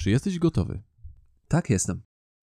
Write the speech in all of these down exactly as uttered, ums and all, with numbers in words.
Czy jesteś gotowy? Tak, jestem.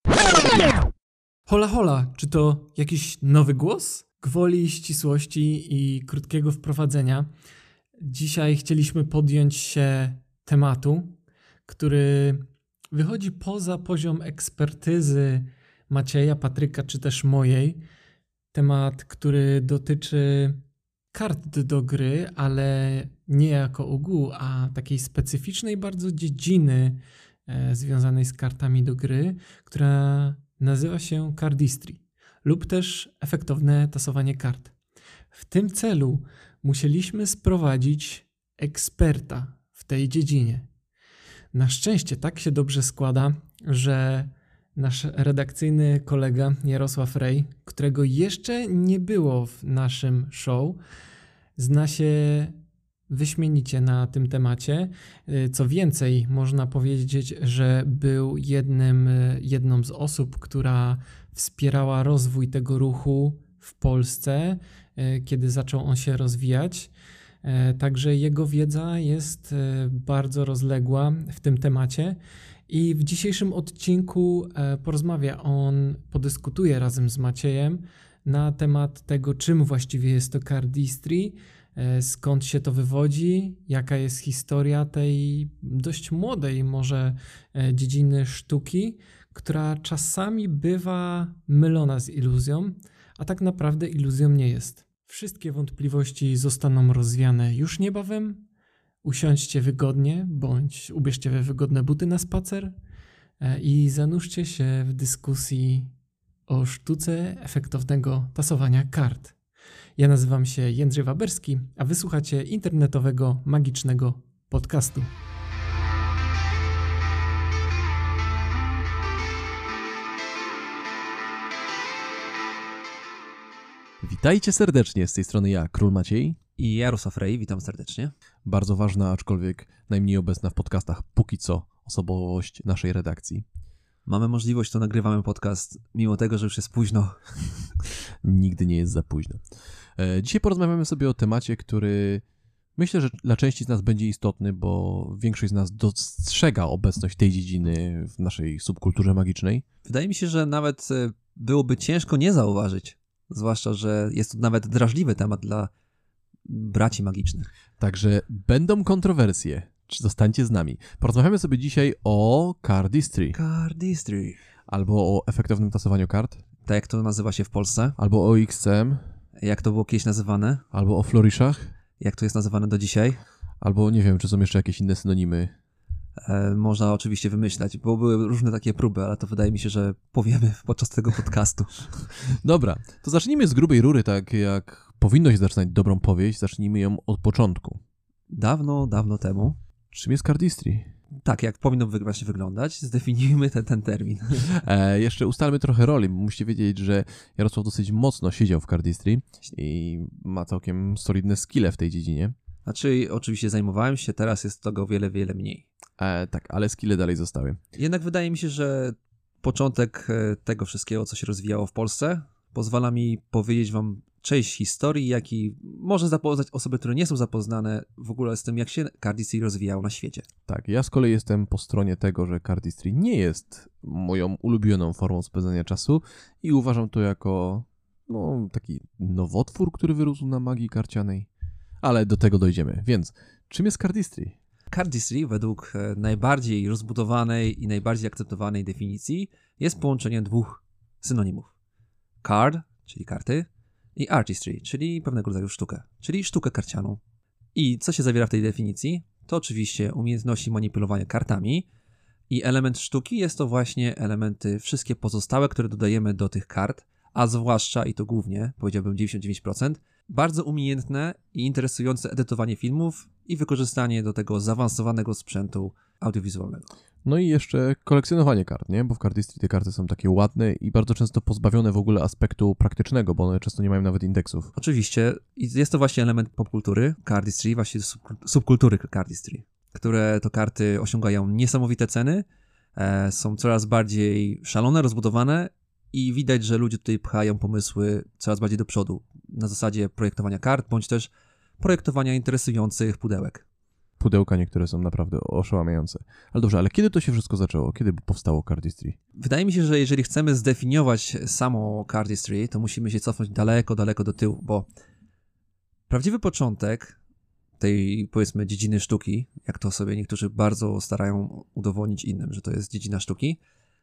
Hola, hola, czy to jakiś nowy głos? Gwoli ścisłości i krótkiego wprowadzenia, dzisiaj chcieliśmy podjąć się tematu, który wychodzi poza poziom ekspertyzy Macieja, Patryka czy też mojej. Temat, który dotyczy kart do gry, ale nie jako ogółu, a takiej specyficznej bardzo dziedziny e, związanej z kartami do gry, która nazywa się cardistry lub też efektowne tasowanie kart. W tym celu musieliśmy sprowadzić eksperta w tej dziedzinie. Na szczęście tak się dobrze składa, że nasz redakcyjny kolega Jarosław Rej, którego jeszcze nie było w naszym show, zna się wyśmienicie na tym temacie. Co więcej, można powiedzieć, że był jednym, jedną z osób, która wspierała rozwój tego ruchu w Polsce, kiedy zaczął on się rozwijać. Także jego wiedza jest bardzo rozległa w tym temacie i w dzisiejszym odcinku porozmawia on, podyskutuje razem z Maciejem na temat tego, czym właściwie jest to cardistry, skąd się to wywodzi, jaka jest historia tej dość młodej może dziedziny sztuki, która czasami bywa mylona z iluzją, a tak naprawdę iluzją nie jest. Wszystkie wątpliwości zostaną rozwiane już niebawem. Usiądźcie wygodnie, bądź ubierzcie we wygodne buty na spacer i zanurzcie się w dyskusji o sztuce efektownego tasowania kart. Ja nazywam się Jędrzej Waberski, a wysłuchacie internetowego, magicznego podcastu. Witajcie serdecznie, z tej strony ja, Król Maciej. I Jarosław Rej, witam serdecznie. Bardzo ważna, aczkolwiek najmniej obecna w podcastach póki co osobowość naszej redakcji. Mamy możliwość, to nagrywamy podcast, mimo tego, że już jest późno. Nigdy nie jest za późno. Dzisiaj porozmawiamy sobie o temacie, który myślę, że dla części z nas będzie istotny, bo większość z nas dostrzega obecność tej dziedziny w naszej subkulturze magicznej. Wydaje mi się, że nawet byłoby ciężko nie zauważyć, zwłaszcza, że jest to nawet drażliwy temat dla braci magicznych. Także będą kontrowersje. Czy zostańcie z nami. Porozmawiamy sobie dzisiaj o cardistry. Cardistry. Albo o efektownym tasowaniu kart. Tak jak to nazywa się w Polsce. Albo o X C M. Jak to było kiedyś nazywane. Albo o florishach. Jak to jest nazywane do dzisiaj. Albo nie wiem, czy są jeszcze jakieś inne synonimy. E, można oczywiście wymyślać, bo były różne takie próby, ale to wydaje mi się, że powiemy podczas tego podcastu. Dobra, to zacznijmy z grubej rury, tak jak powinno się zaczynać dobrą powieść. Zacznijmy ją od początku. Dawno, dawno temu. Czym jest cardistry? Tak, jak powinno wy- właśnie wyglądać, zdefiniujmy ten, ten termin. E, jeszcze ustalmy trochę roli, bo musicie wiedzieć, że Jarosław dosyć mocno siedział w cardistry i ma całkiem solidne skille w tej dziedzinie. Znaczy, oczywiście zajmowałem się, teraz jest tego o wiele, wiele mniej. E, tak, ale skille dalej zostały. Jednak wydaje mi się, że początek tego wszystkiego, co się rozwijało w Polsce, pozwala mi powiedzieć wam część historii, jak i może zapoznać osoby, które nie są zapoznane w ogóle z tym, jak się cardistry rozwijało na świecie. Tak, ja z kolei jestem po stronie tego, że cardistry nie jest moją ulubioną formą spędzania czasu i uważam to jako no, taki nowotwór, który wyrósł na magii karcianej, ale do tego dojdziemy. Więc czym jest cardistry? Cardistry według najbardziej rozbudowanej i najbardziej akceptowanej definicji jest połączeniem dwóch synonimów. Card, czyli karty, i artistry, czyli pewnego rodzaju sztukę, czyli sztukę karcianą. I co się zawiera w tej definicji? To oczywiście umiejętności manipulowania kartami i element sztuki jest to właśnie elementy wszystkie pozostałe, które dodajemy do tych kart, a zwłaszcza, i to głównie, powiedziałbym dziewięćdziesiąt dziewięć procent, bardzo umiejętne i interesujące edytowanie filmów i wykorzystanie do tego zaawansowanego sprzętu audiowizualnego. No i jeszcze kolekcjonowanie kart, nie? Bo w cardistry te karty są takie ładne i bardzo często pozbawione w ogóle aspektu praktycznego, bo one często nie mają nawet indeksów. Oczywiście jest to właśnie element popkultury cardistry, właśnie subkultury cardistry, które to karty osiągają niesamowite ceny, e, są coraz bardziej szalone, rozbudowane i widać, że ludzie tutaj pchają pomysły coraz bardziej do przodu na zasadzie projektowania kart, bądź też projektowania interesujących pudełek. pudełka niektóre są naprawdę oszałamiające. Ale dobrze, ale kiedy to się wszystko zaczęło? Kiedy powstało Cardistry? Wydaje mi się, że jeżeli chcemy zdefiniować samo Cardistry, to musimy się cofnąć daleko, daleko do tyłu, bo prawdziwy początek tej, powiedzmy, dziedziny sztuki, jak to sobie niektórzy bardzo starają udowodnić innym, że to jest dziedzina sztuki,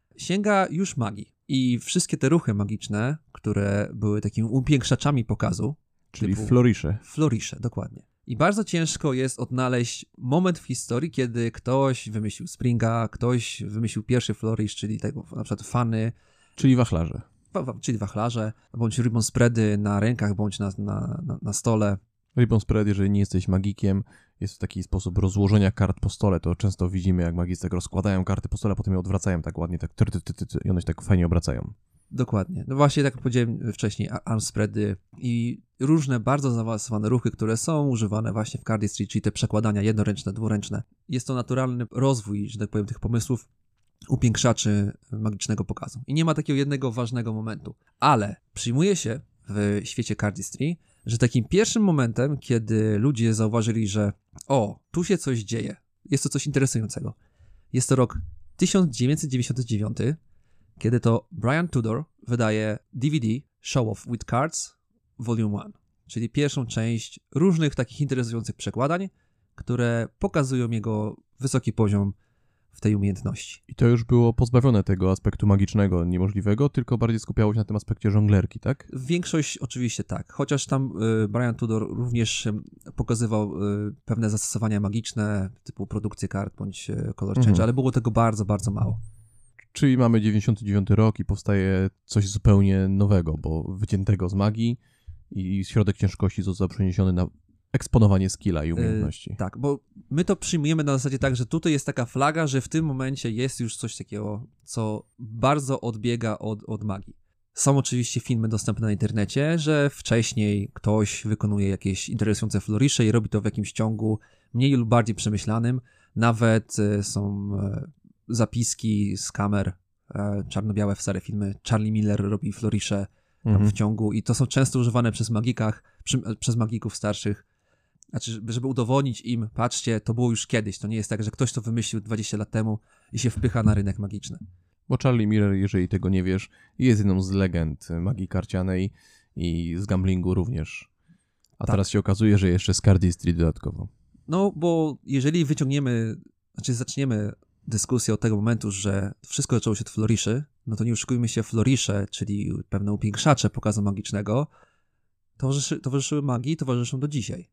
sięga już magii. I wszystkie te ruchy magiczne, które były takimi upiększaczami pokazu, Czyli typu florisze. Florisze, dokładnie. I bardzo ciężko jest odnaleźć moment w historii, kiedy ktoś wymyślił springa, ktoś wymyślił pierwszy florisz, czyli tego, na przykład fany, Czyli wachlarze. wa- wa- czyli wachlarze, bądź ribbon spready na rękach, bądź na, na, na, na stole. Ribbon spread, jeżeli nie jesteś magikiem, jest to taki sposób rozłożenia kart po stole. To często widzimy, jak magicy tak rozkładają karty po stole, a potem je odwracają tak ładnie, tak ty, ty, ty, ty, ty, i one się tak fajnie obracają. Dokładnie. No właśnie, tak jak powiedziałem wcześniej, a- arm spready i różne bardzo zaawansowane ruchy, które są używane właśnie w cardistry, czyli te przekładania jednoręczne, dwuręczne. Jest to naturalny rozwój, że tak powiem, tych pomysłów upiększaczy magicznego pokazu. I nie ma takiego jednego ważnego momentu. Ale przyjmuje się w świecie cardistry, że takim pierwszym momentem, kiedy ludzie zauważyli, że o, tu się coś dzieje, jest to coś interesującego. Jest to rok tysiąc dziewięćset dziewięćdziesiąty dziewiąty, kiedy to Brian Tudor wydaje D V D Show Off with Cards Volume jeden, czyli pierwszą część różnych takich interesujących przekładań, które pokazują jego wysoki poziom w tej umiejętności. I to już było pozbawione tego aspektu magicznego, niemożliwego, tylko bardziej skupiało się na tym aspekcie żonglerki, tak? Większość oczywiście tak, chociaż tam y, Brian Tudor również y, pokazywał y, pewne zastosowania magiczne, typu produkcję kart bądź y, color change, Mhm. ale było tego bardzo, bardzo mało. Czyli mamy dziewięćdziesiąty dziewiąty rok i powstaje coś zupełnie nowego, bo wyciętego z magii i środek ciężkości został przeniesiony na eksponowanie skilla i umiejętności. Y, tak, bo my to przyjmujemy na zasadzie tak, że tutaj jest taka flaga, że w tym momencie jest już coś takiego, co bardzo odbiega od, od magii. Są oczywiście filmy dostępne na internecie, że wcześniej ktoś wykonuje jakieś interesujące florisze i robi to w jakimś ciągu mniej lub bardziej przemyślanym. Nawet y, są y, zapiski z kamer y, czarno-białe w stare filmy. Charlie Miller robi florisze tam Mhm. w ciągu i to są często używane przez magikach, przy, przez magików starszych. Znaczy, żeby, żeby udowodnić im, patrzcie, to było już kiedyś, to nie jest tak, że ktoś to wymyślił dwadzieścia lat temu i się wpycha na rynek magiczny. Bo Charlie Miller, jeżeli tego nie wiesz, jest jedną z legend magii karcianej i z gamblingu również. A Tak. teraz się okazuje, że jeszcze z cardistry dodatkowo. No, bo jeżeli wyciągniemy, znaczy zaczniemy dyskusję od tego momentu, że wszystko zaczęło się od floriszy, no to nie oszukujmy się, florisze, czyli pewne upiększacze pokazu magicznego, towarzyszy, towarzyszyły magii, towarzyszą do dzisiaj.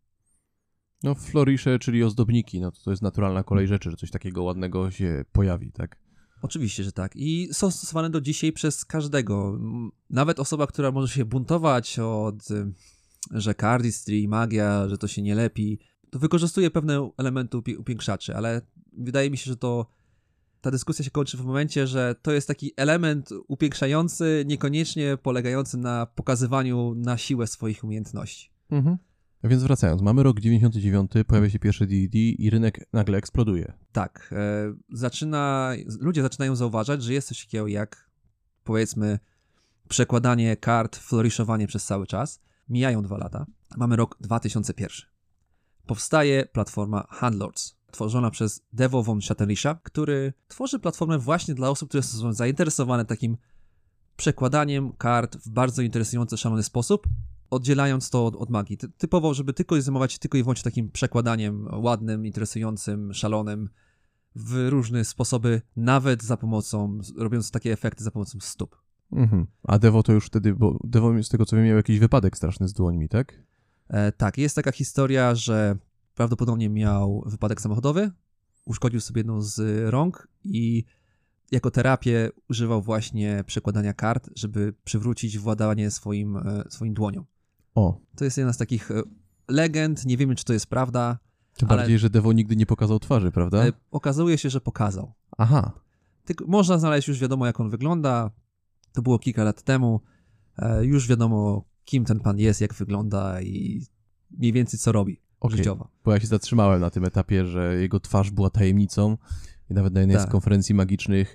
No florisze, czyli ozdobniki, no to, to jest naturalna kolej rzeczy, że coś takiego ładnego się pojawi, tak? Oczywiście, że tak. I są stosowane do dzisiaj przez każdego. M, Nawet osoba, która może się buntować od, y, że cardistry i magia, że to się nie lepi, to wykorzystuje pewne elementy upie- upiększaczy, ale wydaje mi się, że to ta dyskusja się kończy w momencie, że to jest taki element upiększający, niekoniecznie polegający na pokazywaniu na siłę swoich umiejętności. Mhm. A więc wracając, mamy rok dziewięćdziesiąty dziewiąty, pojawia się pierwszy D V D i rynek nagle eksploduje. Tak, e, zaczyna, ludzie zaczynają zauważać, że jest coś takiego jak, powiedzmy, przekładanie kart, floriszowanie przez cały czas. Mijają dwa lata. Mamy rok dwa tysiące pierwszy. Powstaje platforma Handlords, tworzona przez Devo von Chattelisha, który tworzy platformę właśnie dla osób, które są zainteresowane takim przekładaniem kart w bardzo interesujący, szalony sposób, oddzielając to od, od magii. Ty, typowo, żeby tylko zajmować się tylko i wyłącznie takim przekładaniem ładnym, interesującym, szalonym w różne sposoby, nawet za pomocą, robiąc takie efekty za pomocą stóp. Mhm. A Devo to już wtedy, bo Devo z tego co wiem miał jakiś wypadek straszny z dłońmi, tak? E, tak, jest taka historia, że prawdopodobnie miał wypadek samochodowy, uszkodził sobie jedną z rąk i jako terapię używał właśnie przekładania kart, żeby przywrócić władanie swoim, e, swoim dłoniom. O, To jest jedna z takich e, legend, nie wiemy, czy to jest prawda. tym Ale- bardziej, że Devo nigdy nie pokazał twarzy, prawda? E, okazuje się, że pokazał. Aha. Tylko można znaleźć, już wiadomo, jak on wygląda. To było kilka lat temu. E, już wiadomo, kim ten pan jest, jak wygląda i mniej więcej co robi Okej. życiowo. Bo ja się zatrzymałem na tym etapie, że jego twarz była tajemnicą i nawet na jednej z Tak. konferencji magicznych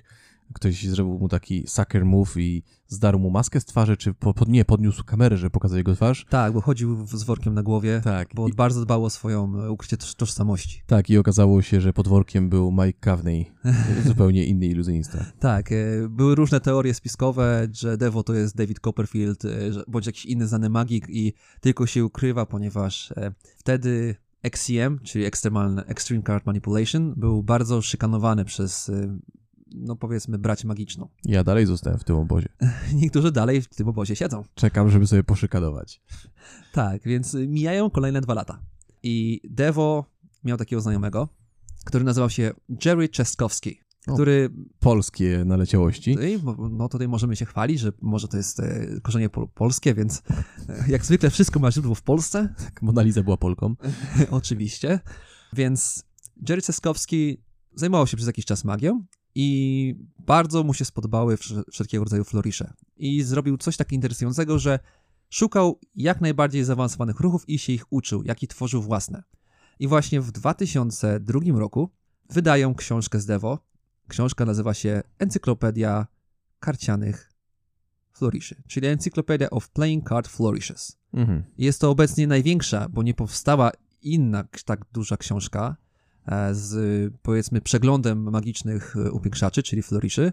ktoś zrobił mu taki sucker move i zdarł mu maskę z twarzy, czy po, pod, nie, podniósł kamerę, żeby pokazać jego twarz. Tak, bo chodził z workiem na głowie, Tak. bo I, bardzo dbał o swoją ukrycie toż, tożsamości. tak, i okazało się, że pod workiem był Mike Cagney, zupełnie inny iluzjonista. Tak, e, były różne teorie spiskowe, że Devo to jest David Copperfield, e, że, bądź jakiś inny znany magik i tylko się ukrywa, ponieważ e, wtedy X C M, czyli Extreme, Extreme Card Manipulation, był bardzo szykanowany przez, e, no powiedzmy, brać magiczną. Ja dalej zostałem w tym obozie. Niektórzy dalej w tym obozie siedzą. Czekam, żeby sobie poszykanować. Tak, więc mijają kolejne dwa lata. I Devo miał takiego znajomego, który nazywał się Jerry Czeskowski, O. który... Polskie naleciałości. Tutaj, no tutaj możemy się chwalić, że może to jest e, korzenie pol- polskie, więc e, jak zwykle wszystko ma źródło w Polsce. Tak, Mona Lisa była Polką. Oczywiście. Więc Jerry Czeskowski zajmował się przez jakiś czas magią i bardzo mu się spodobały wszelkiego rodzaju florisze. I zrobił coś tak interesującego, że szukał jak najbardziej zaawansowanych ruchów i się ich uczył, jak i tworzył własne. I właśnie w dwa tysiące drugim roku wydają książkę z Devo. Książka nazywa się Encyklopedia Karcianych Floriszy, czyli Encyclopedia of Playing Card Flourishes. Mhm. Jest to obecnie największa, bo nie powstała inna tak duża książka z, powiedzmy, przeglądem magicznych upiększaczy, czyli floriszy.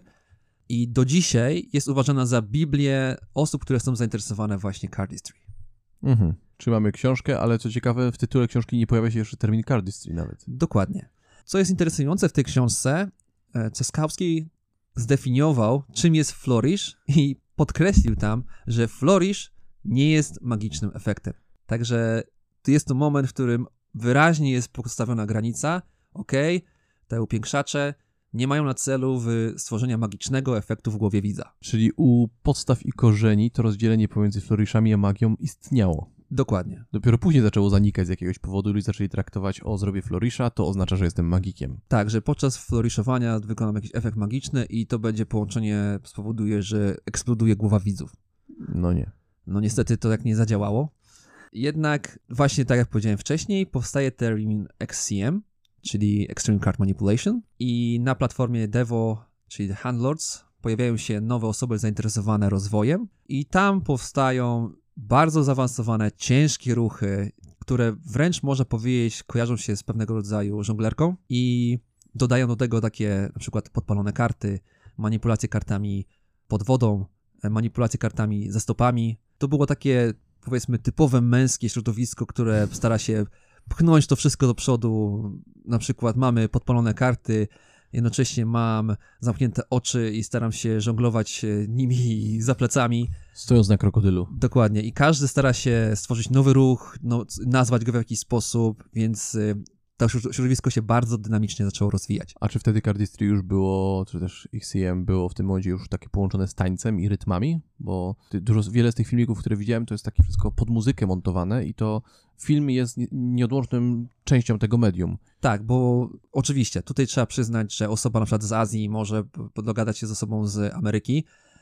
I do dzisiaj jest uważana za Biblię osób, które są zainteresowane właśnie cardistry. Mhm. Czy mamy książkę, ale co ciekawe, w tytule książki nie pojawia się jeszcze termin cardistry nawet. Dokładnie. Co jest interesujące w tej książce, Czeskowski zdefiniował, czym jest flourish i podkreślił tam, że flourish nie jest magicznym efektem. Także jest to moment, w którym wyraźnie jest postawiona granica, okej, te upiększacze nie mają na celu stworzenia magicznego efektu w głowie widza. Czyli u podstaw i korzeni to rozdzielenie pomiędzy floriszami a magią istniało. Dokładnie. Dopiero później zaczęło zanikać z jakiegoś powodu, ludzie zaczęli traktować, o, zrobię florisza, to oznacza, że jestem magikiem. Tak, że podczas floriszowania wykonam jakiś efekt magiczny i to będzie połączenie, spowoduje, że eksploduje głowa widzów. No nie. No niestety to tak nie zadziałało. Jednak właśnie tak jak powiedziałem wcześniej, powstaje termin X C M, czyli Extreme Card Manipulation, i na platformie Devo, czyli The Handlords, pojawiają się nowe osoby zainteresowane rozwojem i tam powstają bardzo zaawansowane, ciężkie ruchy, które wręcz można powiedzieć kojarzą się z pewnego rodzaju żonglerką i dodają do tego takie na przykład podpalone karty, manipulacje kartami pod wodą, manipulacje kartami ze stopami. To było takie, powiedzmy, typowe męskie środowisko, które stara się pchnąć to wszystko do przodu. Na przykład mamy podpalone karty, jednocześnie mam zamknięte oczy i staram się żonglować nimi za plecami. Stojąc na krokodylu. Dokładnie. I każdy stara się stworzyć nowy ruch, no, nazwać go w jakiś sposób, więc to środowisko się bardzo dynamicznie zaczęło rozwijać. A czy wtedy cardistry już było, czy też X C M było w tym momencie już takie połączone z tańcem i rytmami? Bo dużo, wiele z tych filmików, które widziałem, to jest takie wszystko pod muzykę montowane i to film jest nieodłączną częścią tego medium. Tak, bo oczywiście tutaj trzeba przyznać, że osoba na przykład z Azji może dogadać się z osobą z Ameryki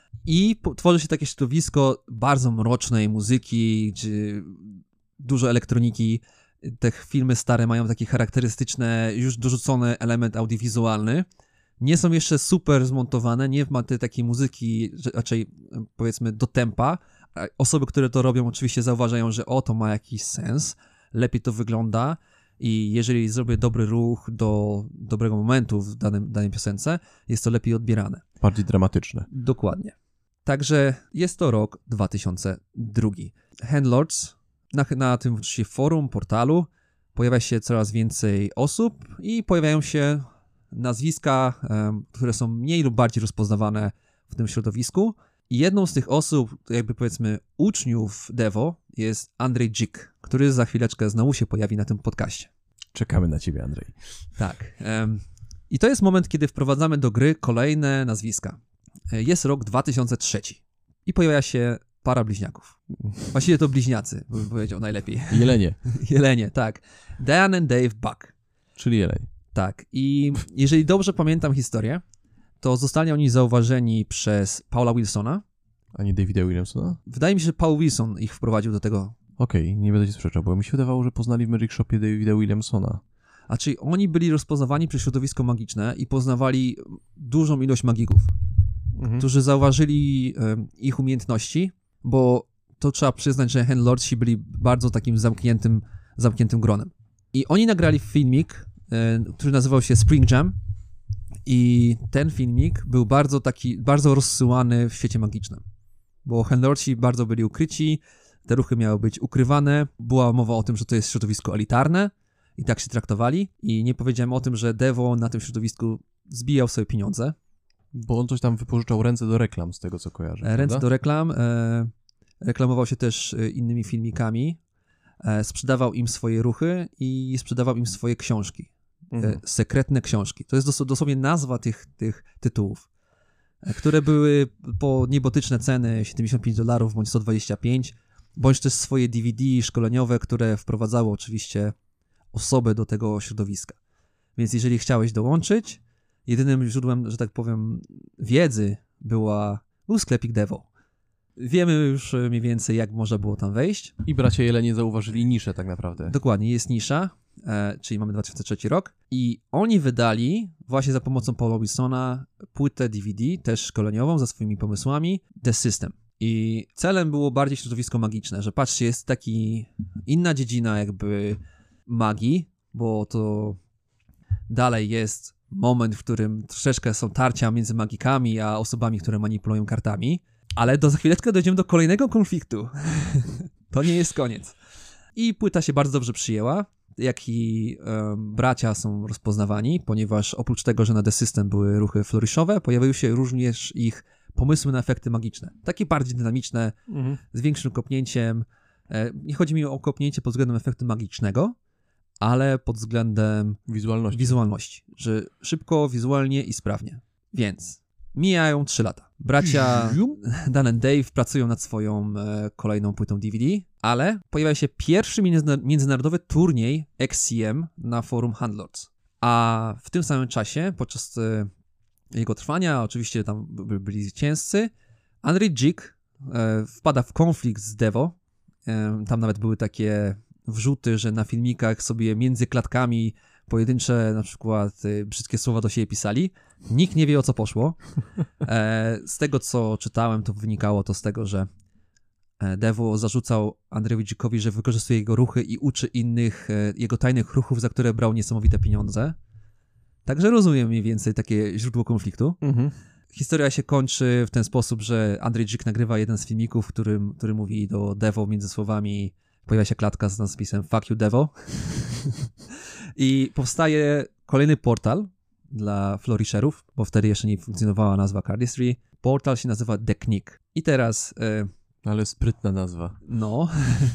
i tworzy się takie środowisko bardzo mrocznej muzyki, czy dużo elektroniki. Te filmy stare mają takie charakterystyczne, już dorzucony element audiowizualny. Nie są jeszcze super zmontowane, nie ma tej takiej muzyki, raczej powiedzmy do tempa. Osoby, które to robią, oczywiście zauważają, że o, to ma jakiś sens, lepiej to wygląda i jeżeli zrobię dobry ruch do dobrego momentu w danym, danej piosence, jest to lepiej odbierane. Bardziej dramatyczne. Dokładnie. Także jest to rok dwa tysiące drugi. Handlords, na, na tym forum, portalu pojawia się coraz więcej osób i pojawiają się nazwiska, um, które są mniej lub bardziej rozpoznawane w tym środowisku. I jedną z tych osób, jakby powiedzmy uczniów Devo, jest Andrzej Dzik, który za chwileczkę znowu się pojawi na tym podcaście. Czekamy na ciebie, Andrzej. Tak. Um, I to jest moment, kiedy wprowadzamy do gry kolejne nazwiska. Jest rok dwa tysiące trzeci i pojawia się para bliźniaków. Właściwie to bliźniacy, bym powiedział najlepiej. Jelenie. Jelenie, tak. Dan and Dave Buck. Czyli jeleń. Tak. I jeżeli dobrze pamiętam historię, to zostali oni zauważeni przez Paula Wilsona. A nie Davida Williamsona? Wydaje mi się, że Paul Wilson ich wprowadził do tego. Okej, okay, nie będę się sprzeczał, bo mi się wydawało, że poznali w Magic Shopie Davida Williamsona. A czyli oni byli rozpoznawani przez środowisko magiczne i poznawali dużą ilość magików. Mhm. którzy zauważyli um, ich umiejętności, bo to trzeba przyznać, że Handlordsi byli bardzo takim zamkniętym, zamkniętym gronem. I oni nagrali filmik, e, który nazywał się Spring Jam i ten filmik był bardzo taki, bardzo rozsyłany w świecie magicznym, bo Handlordsi bardzo byli ukryci, te ruchy miały być ukrywane, była mowa o tym, że to jest środowisko elitarne i tak się traktowali i nie powiedziałem o tym, że Devo na tym środowisku zbijał sobie pieniądze. Bo on coś tam wypożyczał ręce do reklam, z tego co kojarzę. E, Ręce prawda? do reklam, e, reklamował się też e, innymi filmikami, e, sprzedawał im swoje ruchy i sprzedawał im swoje książki. Mhm. E, sekretne książki. To jest dos- dosłownie nazwa tych, tych tytułów, e, które były po niebotyczne ceny siedemdziesiąt pięć dolarów bądź sto dwadzieścia pięć, bądź też swoje D V D szkoleniowe, które wprowadzało oczywiście osoby do tego środowiska. Więc jeżeli chciałeś dołączyć, jedynym źródłem, że tak powiem, wiedzy była, był sklepik Devo. Wiemy już mniej więcej, jak można było tam wejść. I bracia Jelenie zauważyli niszę tak naprawdę. Dokładnie, jest nisza, e, czyli mamy dwa tysiące trzeci rok i oni wydali właśnie za pomocą Paula Wilsona płytę D V D, też szkoleniową, ze swoimi pomysłami, The System. I celem było bardziej środowisko magiczne, że patrzcie, jest taki inna dziedzina jakby magii, bo to dalej jest moment, w którym troszeczkę są tarcia między magikami a osobami, które manipulują kartami, ale do, za chwileczkę dojdziemy do kolejnego konfliktu. To nie jest koniec. I płyta się bardzo dobrze przyjęła, jak i um, bracia są rozpoznawani, ponieważ oprócz tego, że na The System były ruchy floriszowe, pojawiły się również ich pomysły na efekty magiczne. Takie bardziej dynamiczne, Mhm. z większym kopnięciem. E, nie chodzi mi o kopnięcie pod względem efektu magicznego, ale pod względem Wizualności. wizualności, że szybko, wizualnie i sprawnie. Więc mijają trzy lata. Bracia Dan and Dave pracują nad swoją e, kolejną płytą D V D, ale pojawia się pierwszy międzyna- międzynarodowy turniej X C M na forum Handlords. A w tym samym czasie, podczas e, jego trwania, oczywiście tam by- byli zwycięzcy, Andrzej Dzik e, wpada w konflikt z Devo. E, tam nawet były takie wrzuty, że na filmikach sobie między klatkami pojedyncze na przykład y, brzydkie słowa do siebie pisali. Nikt nie wie, o co poszło. E, z tego, co czytałem, to wynikało to z tego, że e, Devo zarzucał Andrzejowi Dzikowi, że wykorzystuje jego ruchy i uczy innych e, jego tajnych ruchów, za które brał niesamowite pieniądze. Także rozumiem mniej więcej takie źródło konfliktu. Mhm. Historia się kończy w ten sposób, że Andrzej Dzik nagrywa jeden z filmików, w którym, który mówi do Devo między słowami, pojawia się klatka z napisem Fuck you Devo. I powstaje kolejny portal dla florisherów, bo wtedy jeszcze nie funkcjonowała nazwa Cardistry. Portal się nazywa The Knick. I teraz, e, Ale sprytna nazwa. no,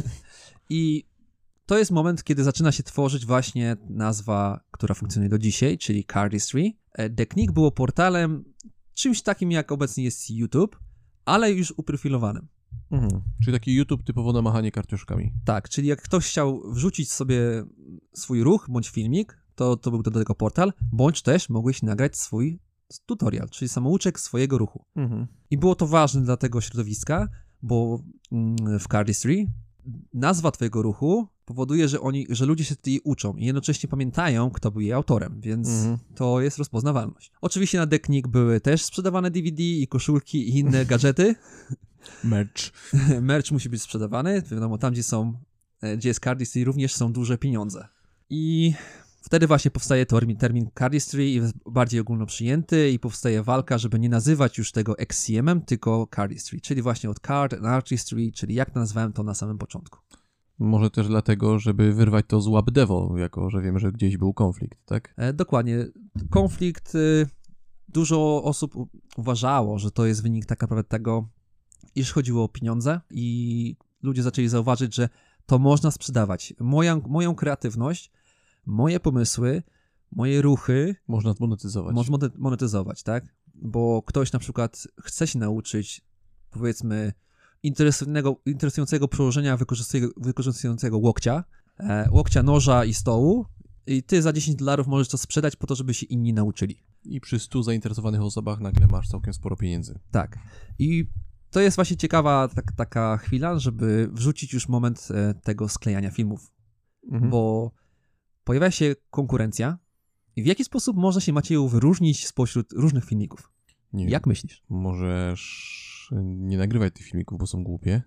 i to jest moment, kiedy zaczyna się tworzyć właśnie nazwa, która funkcjonuje do dzisiaj, czyli Cardistry. E, The Knick było portalem czymś takim, jak obecnie jest YouTube, ale już uprofilowanym. Mhm. Czyli taki YouTube typowo na machanie karciuszkami. Tak, czyli jak ktoś chciał wrzucić sobie swój ruch bądź filmik, to, to był do tego portal, bądź też mogłeś nagrać swój tutorial, czyli samouczek swojego ruchu. Mhm. I było to ważne dla tego środowiska, bo mm, w Cardistry nazwa twojego ruchu powoduje, że oni, że ludzie się jej uczą i jednocześnie pamiętają, kto był jej autorem, więc Mhm. to jest rozpoznawalność. Oczywiście na The Knick były też sprzedawane D V D i koszulki i inne gadżety. Merch. Merch musi być sprzedawany, wiadomo, tam gdzie są, e, gdzie jest Cardistry również są duże pieniądze. I wtedy właśnie powstaje termin, termin Cardistry i jest bardziej ogólno przyjęty i powstaje walka, żeby nie nazywać już tego X C M-em, tylko Cardistry, czyli właśnie od Card and Artistry, czyli jak nazwałem to na samym początku. Może też dlatego, żeby wyrwać to z łap Devo, jako że wiem, że gdzieś był konflikt, tak? E, dokładnie. Konflikt, y, dużo osób u- uważało, że to jest wynik tak naprawdę tego, iż chodziło o pieniądze i ludzie zaczęli zauważyć, że to można sprzedawać. Moja, moją kreatywność, moje pomysły, moje ruchy Można zmonetyzować. można monet- monetyzować, tak? Bo ktoś na przykład chce się nauczyć, powiedzmy, interesującego, interesującego przełożenia wykorzystującego, wykorzystującego łokcia, e, łokcia, noża i stołu i ty za dziesięć dolarów możesz to sprzedać po to, żeby się inni nauczyli. I przy stu zainteresowanych osobach nagle masz całkiem sporo pieniędzy. Tak. I to jest właśnie ciekawa tak, taka chwila, żeby wrzucić już moment e, tego sklejania filmów, Mhm. bo pojawia się konkurencja i w jaki sposób można się, Macieju, wyróżnić spośród różnych filmików? Nie Jak wiem. myślisz? Możesz nie nagrywać tych filmików, bo są głupie.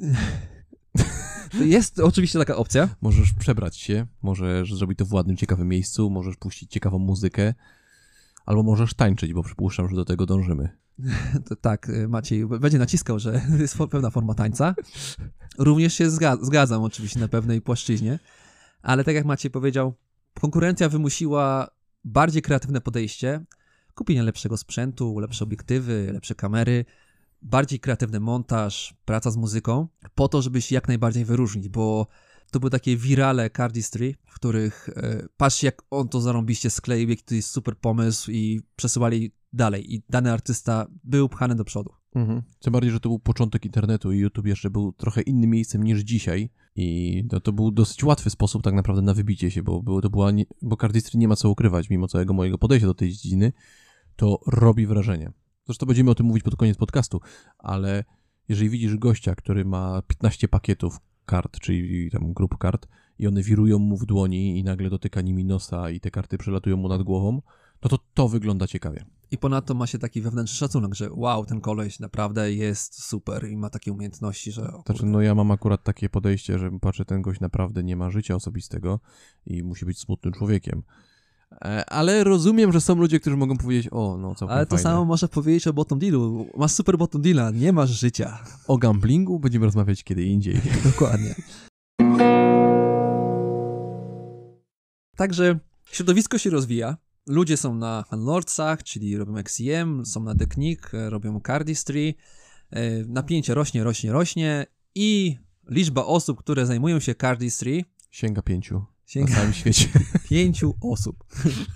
Jest oczywiście taka opcja. Możesz przebrać się, możesz zrobić to w ładnym, ciekawym miejscu, możesz puścić ciekawą muzykę, albo możesz tańczyć, bo przypuszczam, że do tego dążymy. To tak, Maciej będzie naciskał, że jest pewna forma tańca. Również się zga- zgadzam oczywiście na pewnej płaszczyźnie, ale tak jak Maciej powiedział, konkurencja wymusiła bardziej kreatywne podejście, kupienie lepszego sprzętu, lepsze obiektywy, lepsze kamery, bardziej kreatywny montaż, praca z muzyką, po to, żeby się jak najbardziej wyróżnić, bo to były takie wirale Cardistry, w których e, patrzcie, jak on to zarąbiście skleił, jaki to jest super pomysł i przesyłali dalej i dany artysta był pchany do przodu. Mhm. Tym bardziej, że to był początek internetu i YouTube jeszcze był trochę innym miejscem niż dzisiaj i no, to był dosyć łatwy sposób tak naprawdę na wybicie się, bo, było, to była nie, bo Cardistry nie ma co ukrywać, mimo całego mojego podejścia do tej dziedziny, to robi wrażenie. Zresztą będziemy o tym mówić pod koniec podcastu, ale jeżeli widzisz gościa, który ma piętnaście pakietów kart, czyli tam grup kart i one wirują mu w dłoni i nagle dotyka nimi nosa i te karty przelatują mu nad głową, no to to wygląda ciekawie. I ponadto ma się taki wewnętrzny szacunek, że wow, ten koleś naprawdę jest super i ma takie umiejętności, że... O, Znaczy, no ja mam akurat takie podejście, że patrzę, ten gość naprawdę nie ma życia osobistego i musi być smutnym człowiekiem. E, ale rozumiem, że są ludzie, którzy mogą powiedzieć, o, no całkiem Ale to fajne. samo można powiedzieć o bottom dealu. Masz super bottom deala, nie masz życia. O gamblingu będziemy rozmawiać kiedy indziej. Dokładnie. Także środowisko się rozwija. Ludzie są na Handlordsach, czyli robią X C M, są na The Knick, robią Cardistry. Napięcie rośnie, rośnie, rośnie i liczba osób, które zajmują się Cardistry Sięga pięciu sięga na całym świecie. pięciu osób.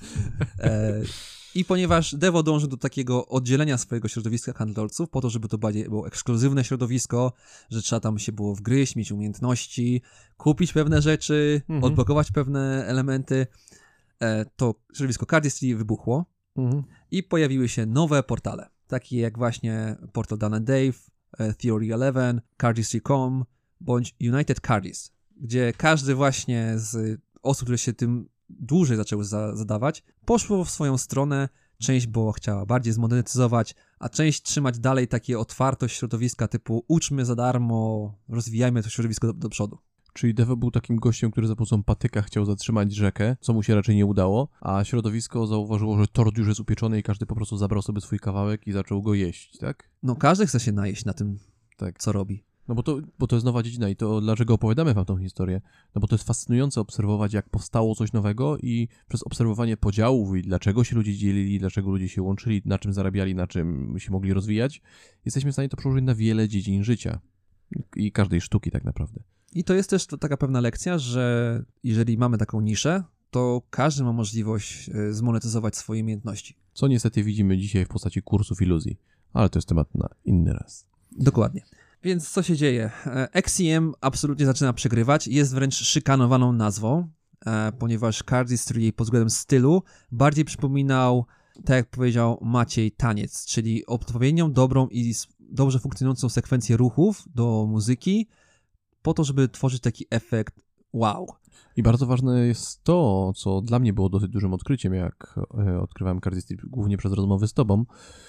e, I ponieważ Devo dąży do takiego oddzielenia swojego środowiska handlowców, po to, żeby to bardziej było ekskluzywne środowisko, że trzeba tam się było wgryźć, mieć umiejętności, kupić pewne rzeczy, Mhm. odblokować pewne elementy, e, to środowisko Cardistry wybuchło Mhm. i pojawiły się nowe portale, takie jak właśnie portal Dan and Dave, e, Theory jedenaście, Cardistry kropka com bądź United Cardist, gdzie każdy właśnie z osób, które się tym dłużej zaczęły za, zadawać, poszło w swoją stronę. Część było chciała bardziej zmonetyzować, a część trzymać dalej takie otwartość środowiska typu uczmy za darmo, rozwijajmy to środowisko do, do przodu. Czyli Devo był takim gościem, który za pomocą patyka chciał zatrzymać rzekę, co mu się raczej nie udało, a środowisko zauważyło, że tort już jest upieczony i każdy po prostu zabrał sobie swój kawałek i zaczął go jeść, tak? No każdy chce się najeść na tym, Tak. co robi. No bo to, bo to jest nowa dziedzina i to dlaczego opowiadamy wam tą historię? No bo to jest fascynujące obserwować, jak powstało coś nowego i przez obserwowanie podziałów i dlaczego się ludzie dzielili, dlaczego ludzie się łączyli, na czym zarabiali, na czym się mogli rozwijać, jesteśmy w stanie to przełożyć na wiele dziedzin życia i każdej sztuki tak naprawdę. I to jest też to taka pewna lekcja, że jeżeli mamy taką niszę, to każdy ma możliwość e, zmonetyzować swoje umiejętności. Co niestety widzimy dzisiaj w postaci kursów iluzji, ale to jest temat na inny raz. Dokładnie. Więc co się dzieje? E, X C M absolutnie zaczyna przegrywać, jest wręcz szykanowaną nazwą, e, ponieważ Cardistry pod względem stylu bardziej przypominał, tak jak powiedział Maciej, taniec, czyli odpowiednią, dobrą i s- dobrze funkcjonującą sekwencję ruchów do muzyki, po to, żeby tworzyć taki efekt wow. I bardzo ważne jest to, co dla mnie było dosyć dużym odkryciem, jak e, odkrywałem Cardistry głównie przez rozmowy z tobą,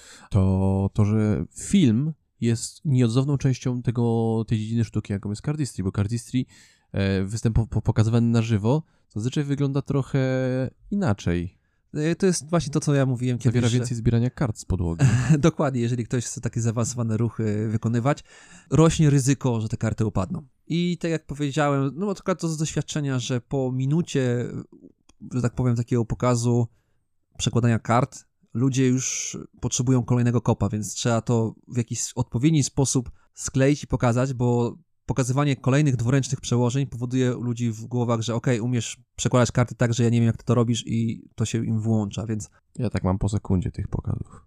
to to, że film jest nieodzowną częścią tego, tej dziedziny sztuki, jaką jest Cardistry, bo Cardistry e, występ po, po, pokazywany na żywo zazwyczaj wygląda trochę inaczej. E, To jest właśnie to, co ja mówiłem kiedyś. Zawiera że- więcej zbierania kart z podłogi. Dokładnie, jeżeli ktoś chce takie zaawansowane ruchy wykonywać, rośnie ryzyko, że te karty upadną. I tak jak powiedziałem, no tylko to z doświadczenia, że po minucie, że tak powiem, takiego pokazu przekładania kart, ludzie już potrzebują kolejnego kopa, więc trzeba to w jakiś odpowiedni sposób skleić i pokazać, bo pokazywanie kolejnych dwuręcznych przełożeń powoduje u ludzi w głowach, że okej, umiesz przekładać karty tak, że ja nie wiem, jak ty to robisz i to się im włącza, więc Ja tak mam po sekundzie tych pokazów.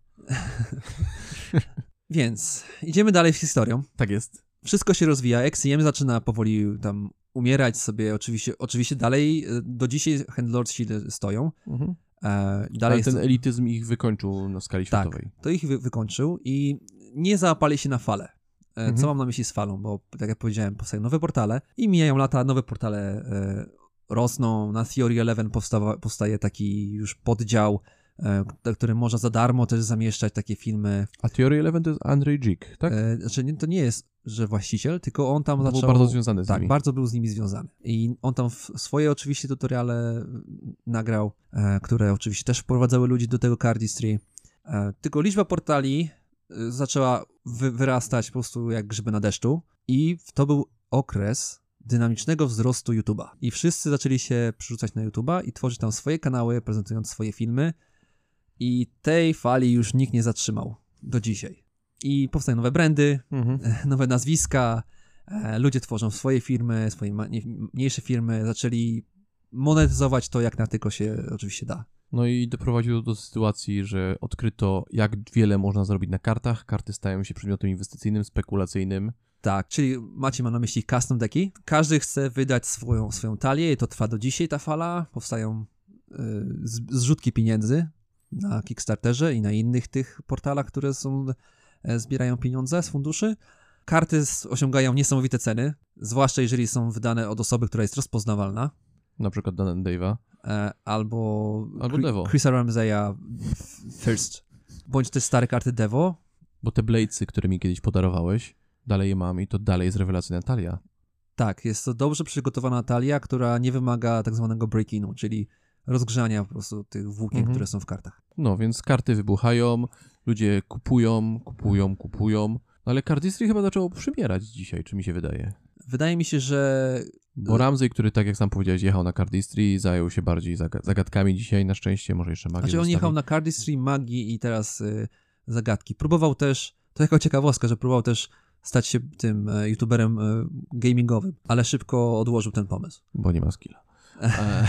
Więc idziemy dalej z historią. Tak jest. Wszystko się rozwija, X C M zaczyna powoli tam umierać sobie, oczywiście, oczywiście dalej, e, do dzisiaj Handlordsi stoją. Mhm. E, dalej Ale jest ten to, elityzm ich wykończył na skali tak, światowej. to ich wy, wykończył i nie załapali się na falę. E, Mhm. Co mam na myśli z falą, bo tak jak powiedziałem, powstają nowe portale i mijają lata, nowe portale e, rosną, na Theory jedenaście powstawa, powstaje taki już poddział na którym można za darmo też zamieszczać takie filmy. A Theory jedenaście to jest Andrzej Dzik, tak? E, znaczy nie, to nie jest, że właściciel, tylko on tam To zaczął... był bardzo związany z Tak, nimi. bardzo był z nimi związany. I on tam w swoje oczywiście tutoriale nagrał, e, które oczywiście też wprowadzały ludzi do tego Cardistry. E, tylko liczba portali e, zaczęła wy, wyrastać po prostu jak grzyby na deszczu i to był okres dynamicznego wzrostu YouTube'a. I wszyscy zaczęli się przerzucać na YouTube'a i tworzyć tam swoje kanały, prezentując swoje filmy. I tej fali już nikt nie zatrzymał do dzisiaj. I powstają nowe brandy, Mhm. nowe nazwiska, e, ludzie tworzą swoje firmy, swoje ma- mniejsze firmy, zaczęli monetyzować to, jak na tylko się oczywiście da. No i doprowadziło do sytuacji, że odkryto, jak wiele można zrobić na kartach. Karty stają się przedmiotem inwestycyjnym, spekulacyjnym. Tak, czyli macie ma na myśli custom decki. Każdy chce wydać swoją, swoją talię i to trwa do dzisiaj ta fala. Powstają y, z- zrzutki pieniędzy na Kickstarterze i na innych tych portalach, które są, e, zbierają pieniądze z funduszy. Karty s- osiągają niesamowite ceny, zwłaszcza jeżeli są wydane od osoby, która jest rozpoznawalna. Na przykład Dan and Dave'a. E, albo Albo Chri- Devo. Chrisa Ramseya f- First. Bądź też stare karty Devo. Bo te Bladesy, które mi kiedyś podarowałeś, dalej je mam i to dalej jest rewelacyjna talia. Tak, jest to dobrze przygotowana talia, która nie wymaga tak zwanego break-inu, czyli rozgrzania po prostu tych włókien, Mhm. które są w kartach. No, więc karty wybuchają, ludzie kupują, kupują, kupują. No, ale Cardistry chyba zaczęło przymierać dzisiaj, czy mi się wydaje. Wydaje mi się, że Bo Ramsey, który tak jak sam powiedziałeś, jechał na Cardistry, zajął się bardziej zaga- zagadkami dzisiaj na szczęście, może jeszcze magię znaczy on zostawi. jechał na Cardistry, magii i teraz y, zagadki. Próbował też, to jako ciekawostka, że próbował też stać się tym e, youtuberem e, gamingowym, ale szybko odłożył ten pomysł. Bo nie ma skilla. E,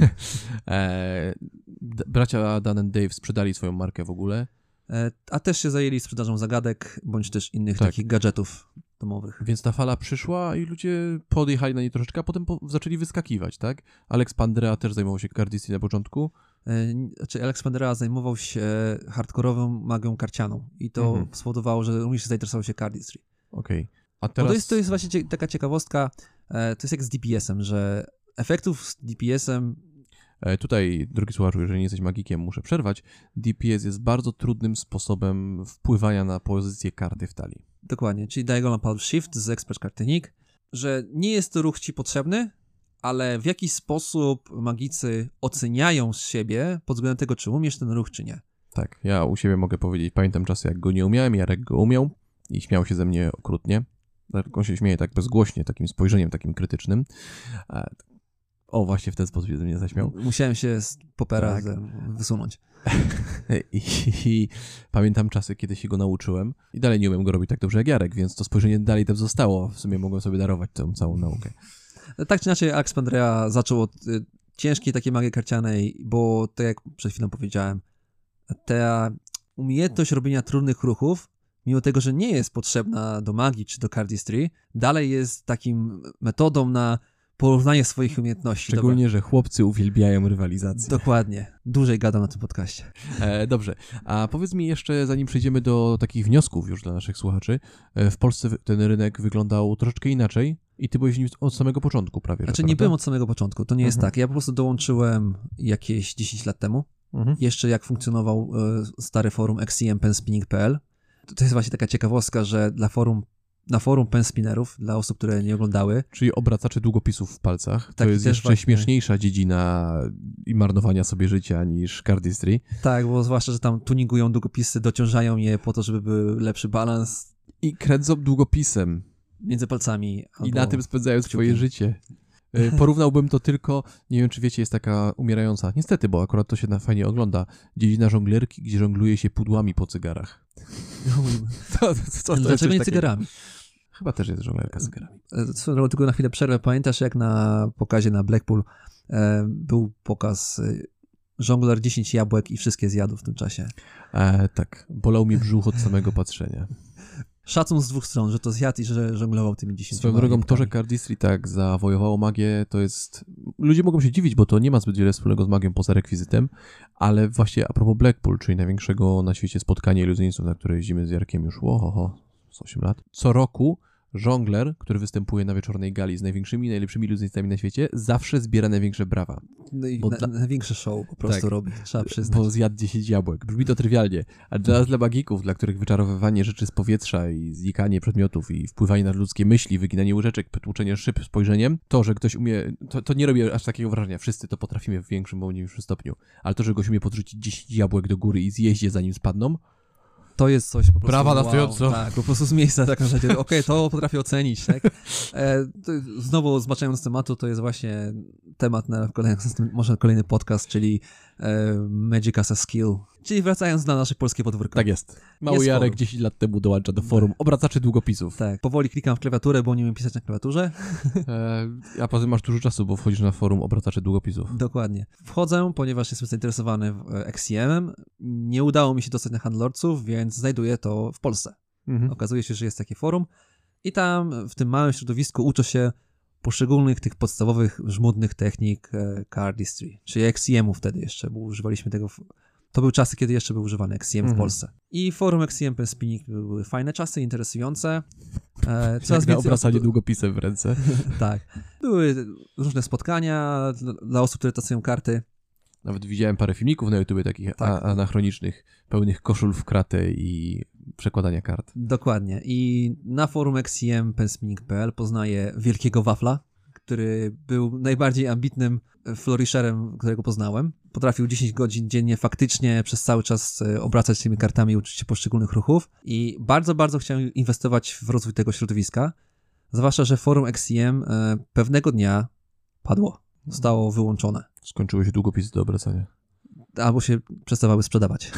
e, d- bracia Dan and Dave sprzedali swoją markę w ogóle, E, a też się zajęli sprzedażą zagadek, bądź też innych Tak. takich gadżetów domowych. więc ta fala przyszła i ludzie podjechali na nie troszeczkę, a potem po- zaczęli wyskakiwać, tak? Alex Pandrea też zajmował się Cardistry na początku. E, Znaczy Alex Pandera zajmował się hardkorową magią karcianą i to Mhm. spowodowało, że również zainteresował się Cardistry. Okej. A Bo teraz... to jest, to jest właśnie cie, taka ciekawostka, e, to jest jak z D P S-em, że efektów z D P S-em E, Tutaj, drogi słuchaczu, jeżeli nie jesteś magikiem, muszę przerwać. D P S jest bardzo trudnym sposobem wpływania na pozycję karty w talii. dokładnie, czyli Diagonal Pulse Shift z Expert Card Technique, że nie jest to ruch ci potrzebny, ale w jakiś sposób magicy oceniają z siebie pod względem tego, czy umiesz ten ruch, czy nie. Tak, ja u siebie mogę powiedzieć, pamiętam czasy, jak go nie umiałem, Jarek go umiał i śmiał się ze mnie okrutnie. On się śmieje tak bezgłośnie, takim spojrzeniem takim krytycznym. E, O, właśnie w ten sposób się ze mnie zaśmiał. Musiałem się z popera Tak. ze- wysunąć. I, i pamiętam czasy, kiedy się go nauczyłem i dalej nie umiem go robić tak dobrze jak Jarek, więc to spojrzenie dalej tam zostało. W sumie mogłem sobie darować tę całą naukę. Tak czy inaczej, Alex Pandrea zaczął od y, ciężkiej takiej magii karcianej, bo tak jak przed chwilą powiedziałem, ta umiejętność robienia trudnych ruchów, mimo tego, że nie jest potrzebna do magii czy do cardistry, dalej jest takim metodą na porównanie swoich umiejętności. Szczególnie, że chłopcy uwielbiają rywalizację. Dobra. Dokładnie. Dłużej gadam na tym podcaście. E, dobrze, a powiedz mi jeszcze, zanim przejdziemy do takich wniosków już dla naszych słuchaczy, e, w Polsce ten rynek wyglądał troszeczkę inaczej i ty byłeś w nim od samego początku prawie. Znaczy że, nie prawda? byłem od samego początku, to nie jest Mhm. tak. Ja po prostu dołączyłem jakieś dziesięć lat temu. Mhm. Jeszcze jak funkcjonował e, stare forum X C M pen spinning kropka p l. To, to jest właśnie taka ciekawostka, że dla forum, na forum pen spinnerów, dla osób, które nie oglądały, Czyli obracacze długopisów w palcach. To Tak, i jest też jeszcze właśnie- śmieszniejsza dziedzina i marnowania sobie życia niż cardistry. tak, bo zwłaszcza, że tam tuningują długopisy, dociążają je po to, żeby był lepszy balans I kręcą długopisem między palcami. i albo- na tym spędzają swoje kciukiem. życie. E, Porównałbym to tylko, nie wiem czy wiecie, jest taka umierająca, niestety, bo akurat to się na fajnie ogląda, dziedzina żonglerki, gdzie żongluje się pudłami po cygarach. To, to, to, to jest Dlaczego coś nie takiego. cygarami? Chyba też jest żonglerka z cygarami. E, Swoją drogą, tylko na chwilę przerwę. Pamiętasz, jak na pokazie na Blackpool e, był pokaz e, żongler dziesięć jabłek i wszystkie zjadł w tym czasie. E, tak, bolał mi brzuch od samego patrzenia. Szacun z dwóch stron, że to zjadł i że żonglował tymi dziesięcioma Swoją drogą, to, że jabłkami. Cardistry tak zawojowało magię, to jest... Ludzie mogą się dziwić, bo to nie ma zbyt wiele wspólnego z magią poza rekwizytem, ale właśnie a propos Blackpool, czyli największego na świecie spotkania iluzjonistów, na które jeździmy z Jarkiem już, ohoho, z osiem lat. Co roku żongler, który występuje na wieczornej gali z największymi, najlepszymi iluzjonistami na świecie, zawsze zbiera największe brawa. No i Bo na, dla- największe show po prostu Tak. robi, trzeba przyznać. Bo zjadł dziesięć jabłek. Brzmi to trywialnie. A dla nas, dla magików, dla których wyczarowywanie rzeczy z powietrza i znikanie przedmiotów i wpływanie na ludzkie myśli, wyginanie łyżeczek, tłuczenie szyb spojrzeniem, to, że ktoś umie, to, to nie robi aż takiego wrażenia. Wszyscy to potrafimy w większym bądź mniejszym stopniu. Ale to, że ktoś umie podrzucić dziesięć jabłek do góry i zjeść je zanim spadną, To jest coś po prostu. Brawa na wow, stojąco. Tak, po prostu z miejsca tak na zasadzie, okej, to potrafię ocenić, tak? E, to znowu zbaczając z tematu, to jest właśnie temat na kolejny, może kolejny podcast, czyli e, Magic as a Skill. Czyli wracając na nasze polskie podwórko. tak jest. Mały Jest Jarek forum. dziesięć lat temu dołącza do forum obracaczy długopisów. Tak, powoli klikam w klawiaturę, bo nie umiem pisać na klawiaturze. E, a potem masz dużo czasu, bo wchodzisz na forum obracaczy długopisów. Dokładnie. Wchodzę, ponieważ jestem zainteresowany w e, X C M-em. Nie udało mi się dostać na handlorców, więc znajduję to w Polsce. Mhm. Okazuje się, że jest takie forum i tam w tym małym środowisku uczę się poszczególnych tych podstawowych, żmudnych technik e, cardistry, czyli X C M-u wtedy jeszcze, bo używaliśmy tego, w... to były czasy, kiedy jeszcze był używany X C M Mhm. w Polsce. I forum X C M Pen Spinning były fajne czasy, interesujące. E, Jak na więcej obracanie osób- długopisem w ręce. Tak. Były różne spotkania dla, dla osób, które tasują karty. Nawet widziałem parę filmików na YouTubie takich Tak. a- anachronicznych, pełnych koszul w kratę i przekładania kart. Dokładnie. I na forum X C M Pen Spinning kropka p l poznaję Wielkiego Wafla, który był najbardziej ambitnym flourisherem, którego poznałem. Potrafił dziesięć godzin dziennie faktycznie przez cały czas e, obracać tymi kartami i uczyć się poszczególnych ruchów. I bardzo, bardzo chciałem inwestować w rozwój tego środowiska. Zwłaszcza, że forum X C M e, pewnego dnia padło. Zostało wyłączone. Skończyły się długopisy do obracania. Albo się przestawały sprzedawać.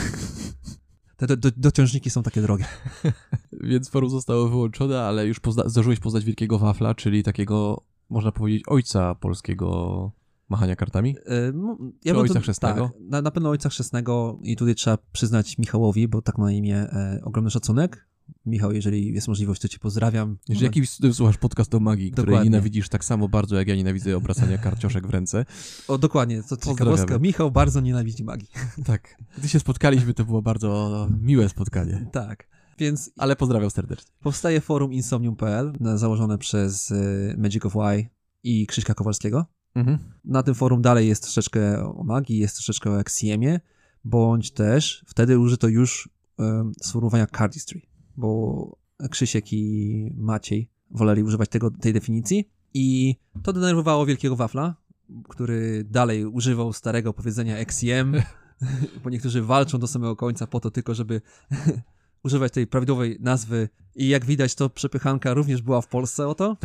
Te do, do, dociążniki są takie drogie. Więc forum zostało wyłączone, ale już pozna- zdążyłeś poznać Wielkiego Wafla, czyli takiego, można powiedzieć, ojca polskiego machania kartami? E, m- Czy bym Ojca Chrzestnego? Tak, na, na pewno Ojca Chrzestnego i tutaj trzeba przyznać Michałowi, bo tak ma na imię, e, ogromny szacunek. Michał, jeżeli jest możliwość, to cię pozdrawiam. Jeżeli jakimś cudem słuchasz podcast o magii, której Dokładnie. nienawidzisz tak samo bardzo, jak ja nienawidzę obracania karcioszek w ręce. O, dokładnie, to ciekawostka. Pozdrawiamy. Michał bardzo nienawidzi magii. Tak. Gdy się spotkaliśmy, to było bardzo miłe spotkanie. Tak, więc Ale pozdrawiam serdecznie. powstaje forum insomnium kropka p l, na- założone przez e, Magic of Y i Krzyśka Kowalskiego. Mhm. Na tym forum dalej jest troszeczkę o magii, jest troszeczkę o X C M-ie, bądź też wtedy użyto już um, sformułowania cardistry, bo Krzysiek i Maciej woleli używać tego, tej definicji i to denerwowało Wielkiego Wafla, który dalej używał starego powiedzenia X C M, bo niektórzy walczą do samego końca po to tylko, żeby używać tej prawidłowej nazwy i jak widać to przepychanka również była w Polsce o to.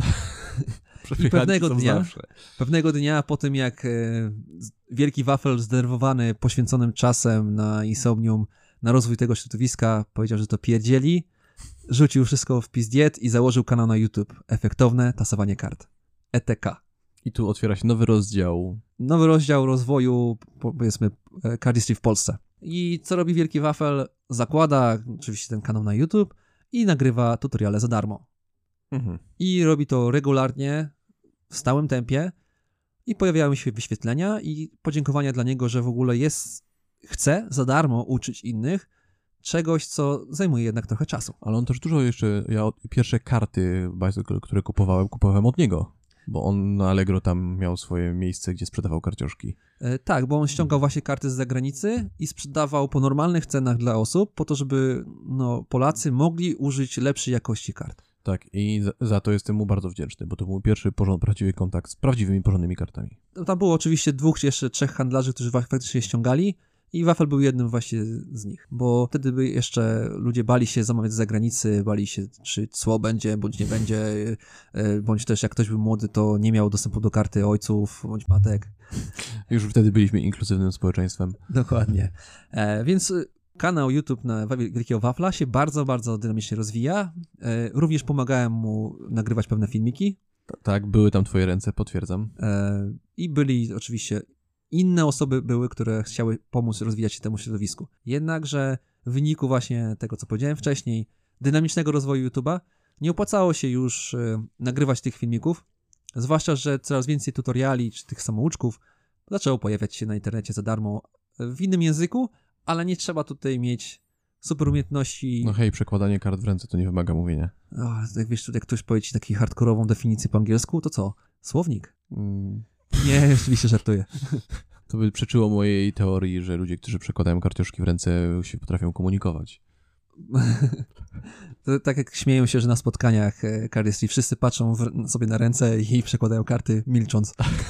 I pewnego są dnia, zawsze. pewnego dnia po tym jak e, z- Wielki Wafel zdenerwowany poświęconym czasem na insomnium, na rozwój tego środowiska, powiedział, że to pierdzieli, rzucił wszystko w pizdiet i założył kanał na YouTube. Efektowne tasowanie kart. E T K. I tu otwiera się nowy rozdział. Nowy rozdział rozwoju, powiedzmy, e, cardistry w Polsce. I co robi Wielki Wafel? Zakłada oczywiście ten kanał na YouTube i nagrywa tutoriale za darmo. Mhm. I robi to regularnie, w stałym tempie i pojawiają się wyświetlenia i podziękowania dla niego, że w ogóle jest, chce za darmo uczyć innych czegoś, co zajmuje jednak trochę czasu. Ale on też dużo jeszcze, ja od, pierwsze karty, Bicycle, które kupowałem, kupowałem od niego. Bo on na Allegro tam miał swoje miejsce, gdzie sprzedawał karcioszki. E, tak, bo on ściągał właśnie karty z zagranicy i sprzedawał po normalnych cenach dla osób, po to, żeby no, Polacy mogli użyć lepszej jakości kart. Tak, i za, za to jestem mu bardzo wdzięczny, bo to był mój pierwszy porząd, prawdziwy kontakt z prawdziwymi, porządnymi kartami. Tam było oczywiście dwóch, czy jeszcze trzech handlarzy, którzy wa- faktycznie ściągali i Wafel był jednym właśnie z nich, bo wtedy by jeszcze ludzie bali się zamawiać z zagranicy, bali się, czy cło będzie, bądź nie będzie, e, bądź też jak ktoś był młody, to nie miał dostępu do karty ojców, bądź matek. Już wtedy byliśmy inkluzywnym społeczeństwem. Dokładnie. E, więc kanał YouTube na Wielkiego Wafla się bardzo, bardzo dynamicznie rozwija. E, również pomagałem mu nagrywać pewne filmiki. Ta- Tak, były tam twoje ręce, potwierdzam. E, I byli oczywiście inne osoby były, które chciały pomóc rozwijać się temu środowisku. Jednakże w wyniku właśnie tego, co powiedziałem wcześniej, dynamicznego rozwoju YouTube'a, nie opłacało się już e, nagrywać tych filmików, zwłaszcza, że coraz więcej tutoriali czy tych samouczków zaczęło pojawiać się na internecie za darmo w innym języku, ale nie trzeba tutaj mieć super umiejętności. No hej, przekładanie kart w ręce to nie wymaga mówienia. O, jak wiesz, jak ktoś powie ci taką hardkorową definicję po angielsku, to co? Słownik? Mm. Nie, oczywiście żartuję. To by przeczyło mojej teorii, że ludzie, którzy przekładają kartioszki w ręce, się potrafią komunikować. To tak jak śmieją się, że na spotkaniach cardistry wszyscy patrzą w, sobie na ręce i przekładają karty milcząc.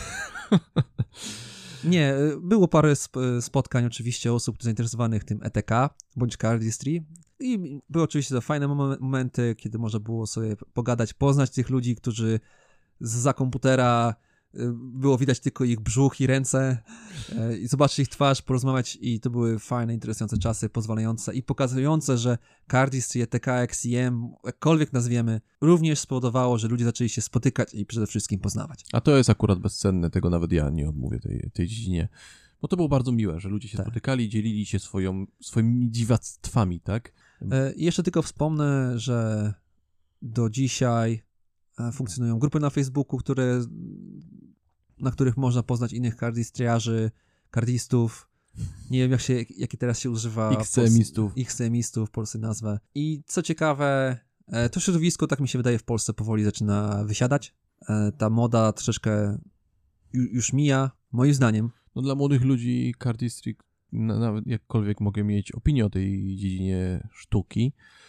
Nie, było parę sp- spotkań oczywiście osób zainteresowanych tym E T K bądź cardistry i były oczywiście to fajne mom- momenty, kiedy można było sobie pogadać, poznać tych ludzi, którzy zza komputera było widać tylko ich brzuch i ręce i zobaczyć ich twarz, porozmawiać i to były fajne, interesujące czasy, pozwalające i pokazujące, że cardistry, E T K, X I M, jakkolwiek nazwiemy, również spowodowało, że ludzie zaczęli się spotykać i przede wszystkim poznawać. A to jest akurat bezcenne, tego nawet ja nie odmówię tej, tej dziedzinie. Bo to było bardzo miłe, że ludzie się tak. spotykali, dzielili się swoją, swoimi dziwactwami, tak? I jeszcze tylko wspomnę, że do dzisiaj funkcjonują grupy na Facebooku, które, na których można poznać innych cardistryjarzy, cardistów. Nie wiem, jak się, jakie teraz się używa. X C M-istów. X C M-istów, w Polsce nazwę. I co ciekawe, to środowisko, tak mi się wydaje, w Polsce powoli zaczyna wysiadać. Ta moda troszeczkę już mija, moim zdaniem. No dla młodych ludzi cardistry, nawet jakkolwiek mogę mieć opinię o tej dziedzinie sztuki,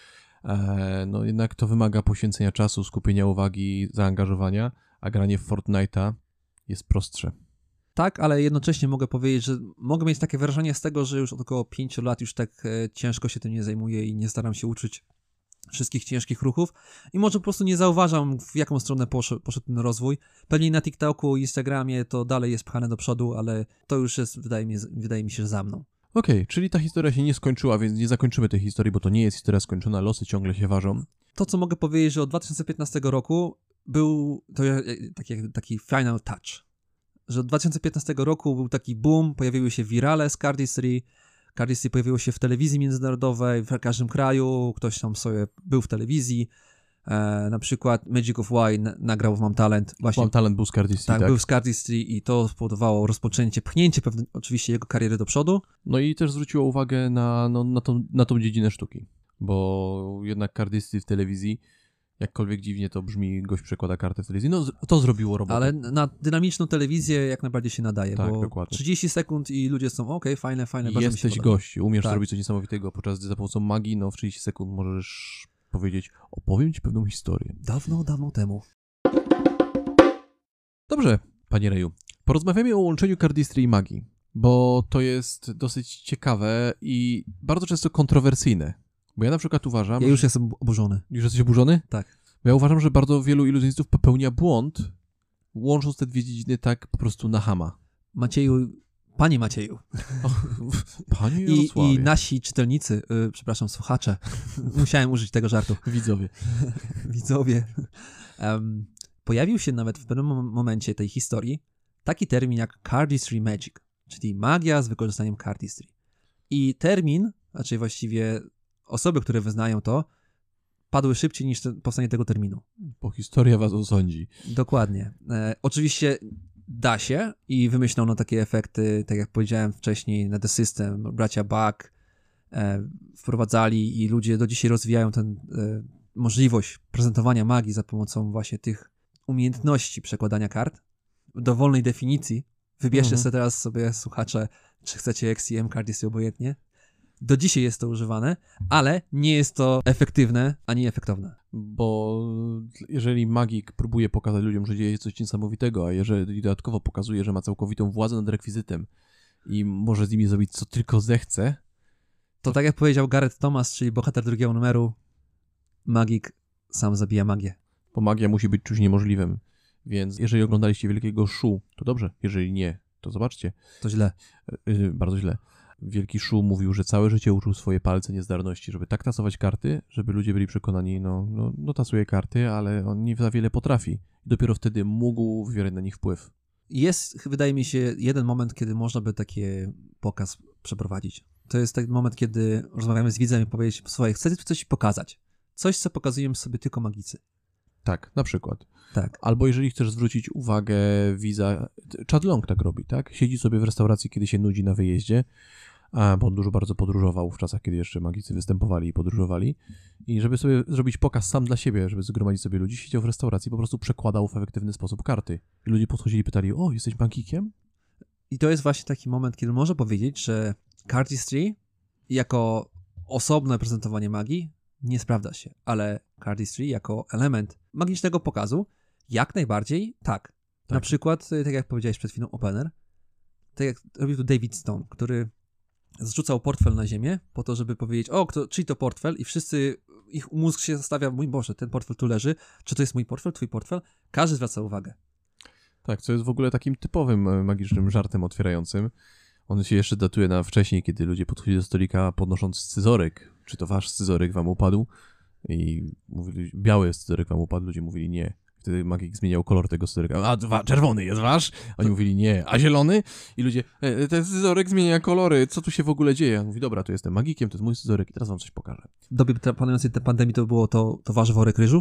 no jednak to wymaga poświęcenia czasu, skupienia uwagi, zaangażowania, a granie w Fortnite'a jest prostsze. Tak, ale jednocześnie mogę powiedzieć, że mogę mieć takie wrażenie z tego, że już od około pięciu lat już tak ciężko się tym nie zajmuję i nie staram się uczyć wszystkich ciężkich ruchów i może po prostu nie zauważam, w jaką stronę poszedł, poszedł ten rozwój. Pewnie na TikToku, Instagramie to dalej jest pchane do przodu, ale to już jest, wydaje mi, wydaje mi się, że za mną. Okej, okay, czyli ta historia się nie skończyła, więc nie zakończymy tej historii, bo to nie jest historia skończona, losy ciągle się ważą. To, co mogę powiedzieć, że od dwa tysiące piętnastego roku był to taki, taki final touch, że od dwa tysiące piętnastego roku był taki boom, pojawiły się wirale z cardistry, cardistry pojawiło się w telewizji międzynarodowej, w każdym kraju, ktoś tam sobie był w telewizji, e, na przykład Magic of Y n- nagrał w Mam Talent. Właśnie, Mam Talent był z cardistry, tak, tak? był z cardistry i to spowodowało rozpoczęcie, pchnięcie pewne, oczywiście jego kariery do przodu. No i też zwróciło uwagę na, no, na, tą, na tą dziedzinę sztuki, bo jednak cardistry w telewizji, jakkolwiek dziwnie to brzmi, gość przekłada kartę w telewizji, no to zrobiło robotę. Ale na dynamiczną telewizję jak najbardziej się nadaje, tak, bo dokładnie. trzydzieści sekund i ludzie są, okej, okay, fajne, fajne, bardzo mi się Jesteś podoba. gość, umiesz tak. zrobić coś niesamowitego, podczas gdy za pomocą magii, no w trzydzieści sekund możesz powiedzieć, opowiem ci pewną historię. Dawno, dawno temu. Dobrze, panie Reju, porozmawiamy o łączeniu cardistry i magii, bo to jest dosyć ciekawe i bardzo często kontrowersyjne. Bo ja na przykład uważam... Ja już że... jestem oburzony. Już jesteś oburzony? Tak. Bo ja uważam, że bardzo wielu iluzjonistów popełnia błąd, łącząc te dwie dziedziny tak po prostu na chama. Macieju, panie Macieju. Panie I, Jarosławie. I nasi czytelnicy, yy, przepraszam, słuchacze. Musiałem użyć tego żartu. Widzowie. Widzowie. Um, pojawił się nawet w pewnym momencie tej historii taki termin jak cardistry magic, czyli magia z wykorzystaniem cardistry. I termin, znaczy właściwie osoby, które wyznają to, padły szybciej niż te, powstanie tego terminu. Bo historia was osądzi. Dokładnie. E, oczywiście da się i wymyślono takie efekty, tak jak powiedziałem wcześniej, na The System, bracia Buck e, wprowadzali i ludzie do dzisiaj rozwijają tę e, możliwość prezentowania magii za pomocą właśnie tych umiejętności przekładania kart. W dowolnej definicji. Wybierzcie Mhm. sobie teraz sobie, słuchacze, czy chcecie X I M, cardistry obojętnie. Do dzisiaj jest to używane, ale nie jest to efektywne ani efektowne. Bo jeżeli magik próbuje pokazać ludziom, że dzieje się coś niesamowitego, a jeżeli dodatkowo pokazuje, że ma całkowitą władzę nad rekwizytem i może z nimi zrobić co tylko zechce, To tak jak powiedział Gareth Thomas, czyli bohater drugiego numeru, magik sam zabija magię. bo magia musi być czymś niemożliwym. Więc jeżeli oglądaliście Wielkiego Shu, to dobrze. Jeżeli nie, to zobaczcie. To źle. Yy, bardzo źle. Wielki Shu mówił, że całe życie uczył swoje palce niezdarności, żeby tak tasować karty, żeby ludzie byli przekonani, no, no, no tasuje karty, ale on nie za wiele potrafi. I dopiero wtedy mógł wywierać na nich wpływ. Jest, wydaje mi się, jeden moment, kiedy można by taki pokaz przeprowadzić. To jest ten moment, kiedy rozmawiamy z widzem i powiedzieć, słuchaj, chcę coś pokazać. Coś, co pokazują sobie tylko magicy. Tak, na przykład. Tak. Albo jeżeli chcesz zwrócić uwagę widza, Chad Long tak robi, tak? Siedzi sobie w restauracji, kiedy się nudzi na wyjeździe, A, bo on dużo bardzo podróżował w czasach, kiedy jeszcze magicy występowali i podróżowali. I żeby sobie zrobić pokaz sam dla siebie, żeby zgromadzić sobie ludzi, siedział w restauracji i po prostu przekładał w efektywny sposób karty. I ludzie podchodzili i pytali, o, jesteś magikiem? I to jest właśnie taki moment, kiedy można powiedzieć, że Cardistry jako osobne prezentowanie magii nie sprawdza się, ale Cardistry jako element magicznego pokazu jak najbardziej tak. tak. Na przykład, tak jak powiedziałeś przed chwilą, opener, tak jak robił to David Stone, który zrzucał portfel na ziemię po to, żeby powiedzieć, o, kto, czyj to portfel i wszyscy, ich mózg się zastawia, mój Boże, ten portfel tu leży, czy to jest mój portfel, twój portfel? Każdy zwraca uwagę. Tak, co jest w ogóle takim typowym magicznym żartem otwierającym. On się jeszcze datuje na wcześniej, kiedy ludzie podchodzili do stolika podnosząc scyzoryk. Czy to wasz scyzoryk wam upadł? I mówili, biały scyzoryk wam upadł, ludzie mówili nie. Wtedy magik zmieniał kolor tego scyzoryka. A, dwa, czerwony jest wasz? Oni mówili nie. A zielony? I ludzie, e, ten scyzoryk zmienia kolory, co tu się w ogóle dzieje? On mówi, dobra, to jestem magikiem, to jest mój scyzoryk i teraz wam coś pokażę. W dobie panującej tej pandemii to było to, to wasz worek ryżu?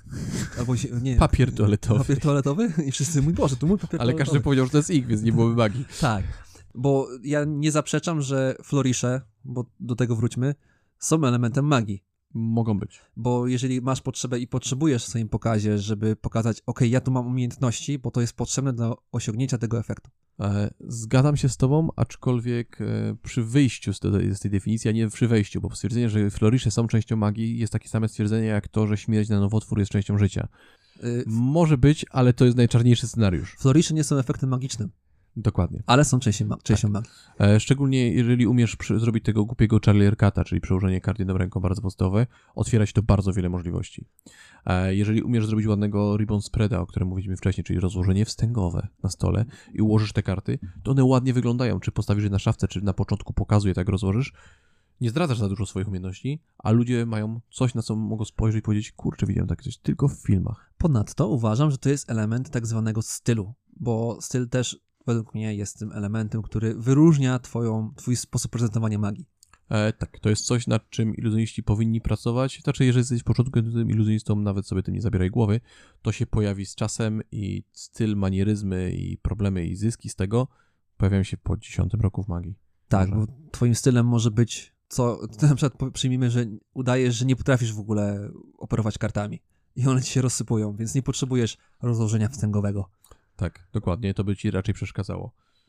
Albo się, nie, papier toaletowy. Papier toaletowy? I wszyscy, mój Boże, to mój papier Ale toaletowy. każdy powiedział, że to jest ich, więc nie byłoby magii. Tak, bo ja nie zaprzeczam, że florisze, bo do tego wróćmy, są elementem magii. Mogą być. Bo jeżeli masz potrzebę i potrzebujesz w swoim pokazie, żeby pokazać, ok, ja tu mam umiejętności, bo to jest potrzebne do osiągnięcia tego efektu. E, zgadzam się z tobą, aczkolwiek e, przy wyjściu z, te, z tej definicji, a nie przy wejściu, bo stwierdzenie, że florisze są częścią magii jest takie same stwierdzenie jak to, że śmierć na nowotwór jest częścią życia. Y, Może być, ale to jest najczarniejszy scenariusz. Florisze nie są efektem magicznym. Dokładnie. Ale są częścią, ma- częścią tak. magii. E, szczególnie jeżeli umiesz przy, zrobić tego głupiego Charlie Erkata, czyli przełożenie kart jedną ręką bardzo podstawowe, otwiera się to bardzo wiele możliwości. E, jeżeli umiesz zrobić ładnego ribbon spreada, o którym mówiliśmy wcześniej, czyli rozłożenie wstęgowe na stole i ułożysz te karty, to one ładnie wyglądają. Czy postawisz je na szafce, czy na początku pokazuje, tak rozłożysz. Nie zdradzasz za dużo swoich umiejętności, a ludzie mają coś, na co mogą spojrzeć i powiedzieć, kurczę, widziałem takie coś tylko w filmach. Ponadto uważam, że to jest element tak zwanego stylu, bo styl też według mnie jest tym elementem, który wyróżnia twoją, twój sposób prezentowania magii. E, tak, to jest coś, nad czym iluzjoniści powinni pracować. Znaczy, jeżeli jesteś początkowym iluzjonistą, nawet sobie tym nie zabieraj głowy, to się pojawi z czasem i styl, manieryzmy i problemy i zyski z tego pojawiają się po dziesiątym roku w magii. Tak, może. Bo twoim stylem może być, co na przykład przyjmijmy, że udajesz, że nie potrafisz w ogóle operować kartami i one ci się rozsypują, więc nie potrzebujesz rozłożenia wstęgowego. Tak, dokładnie, to by ci raczej przeszkadzało.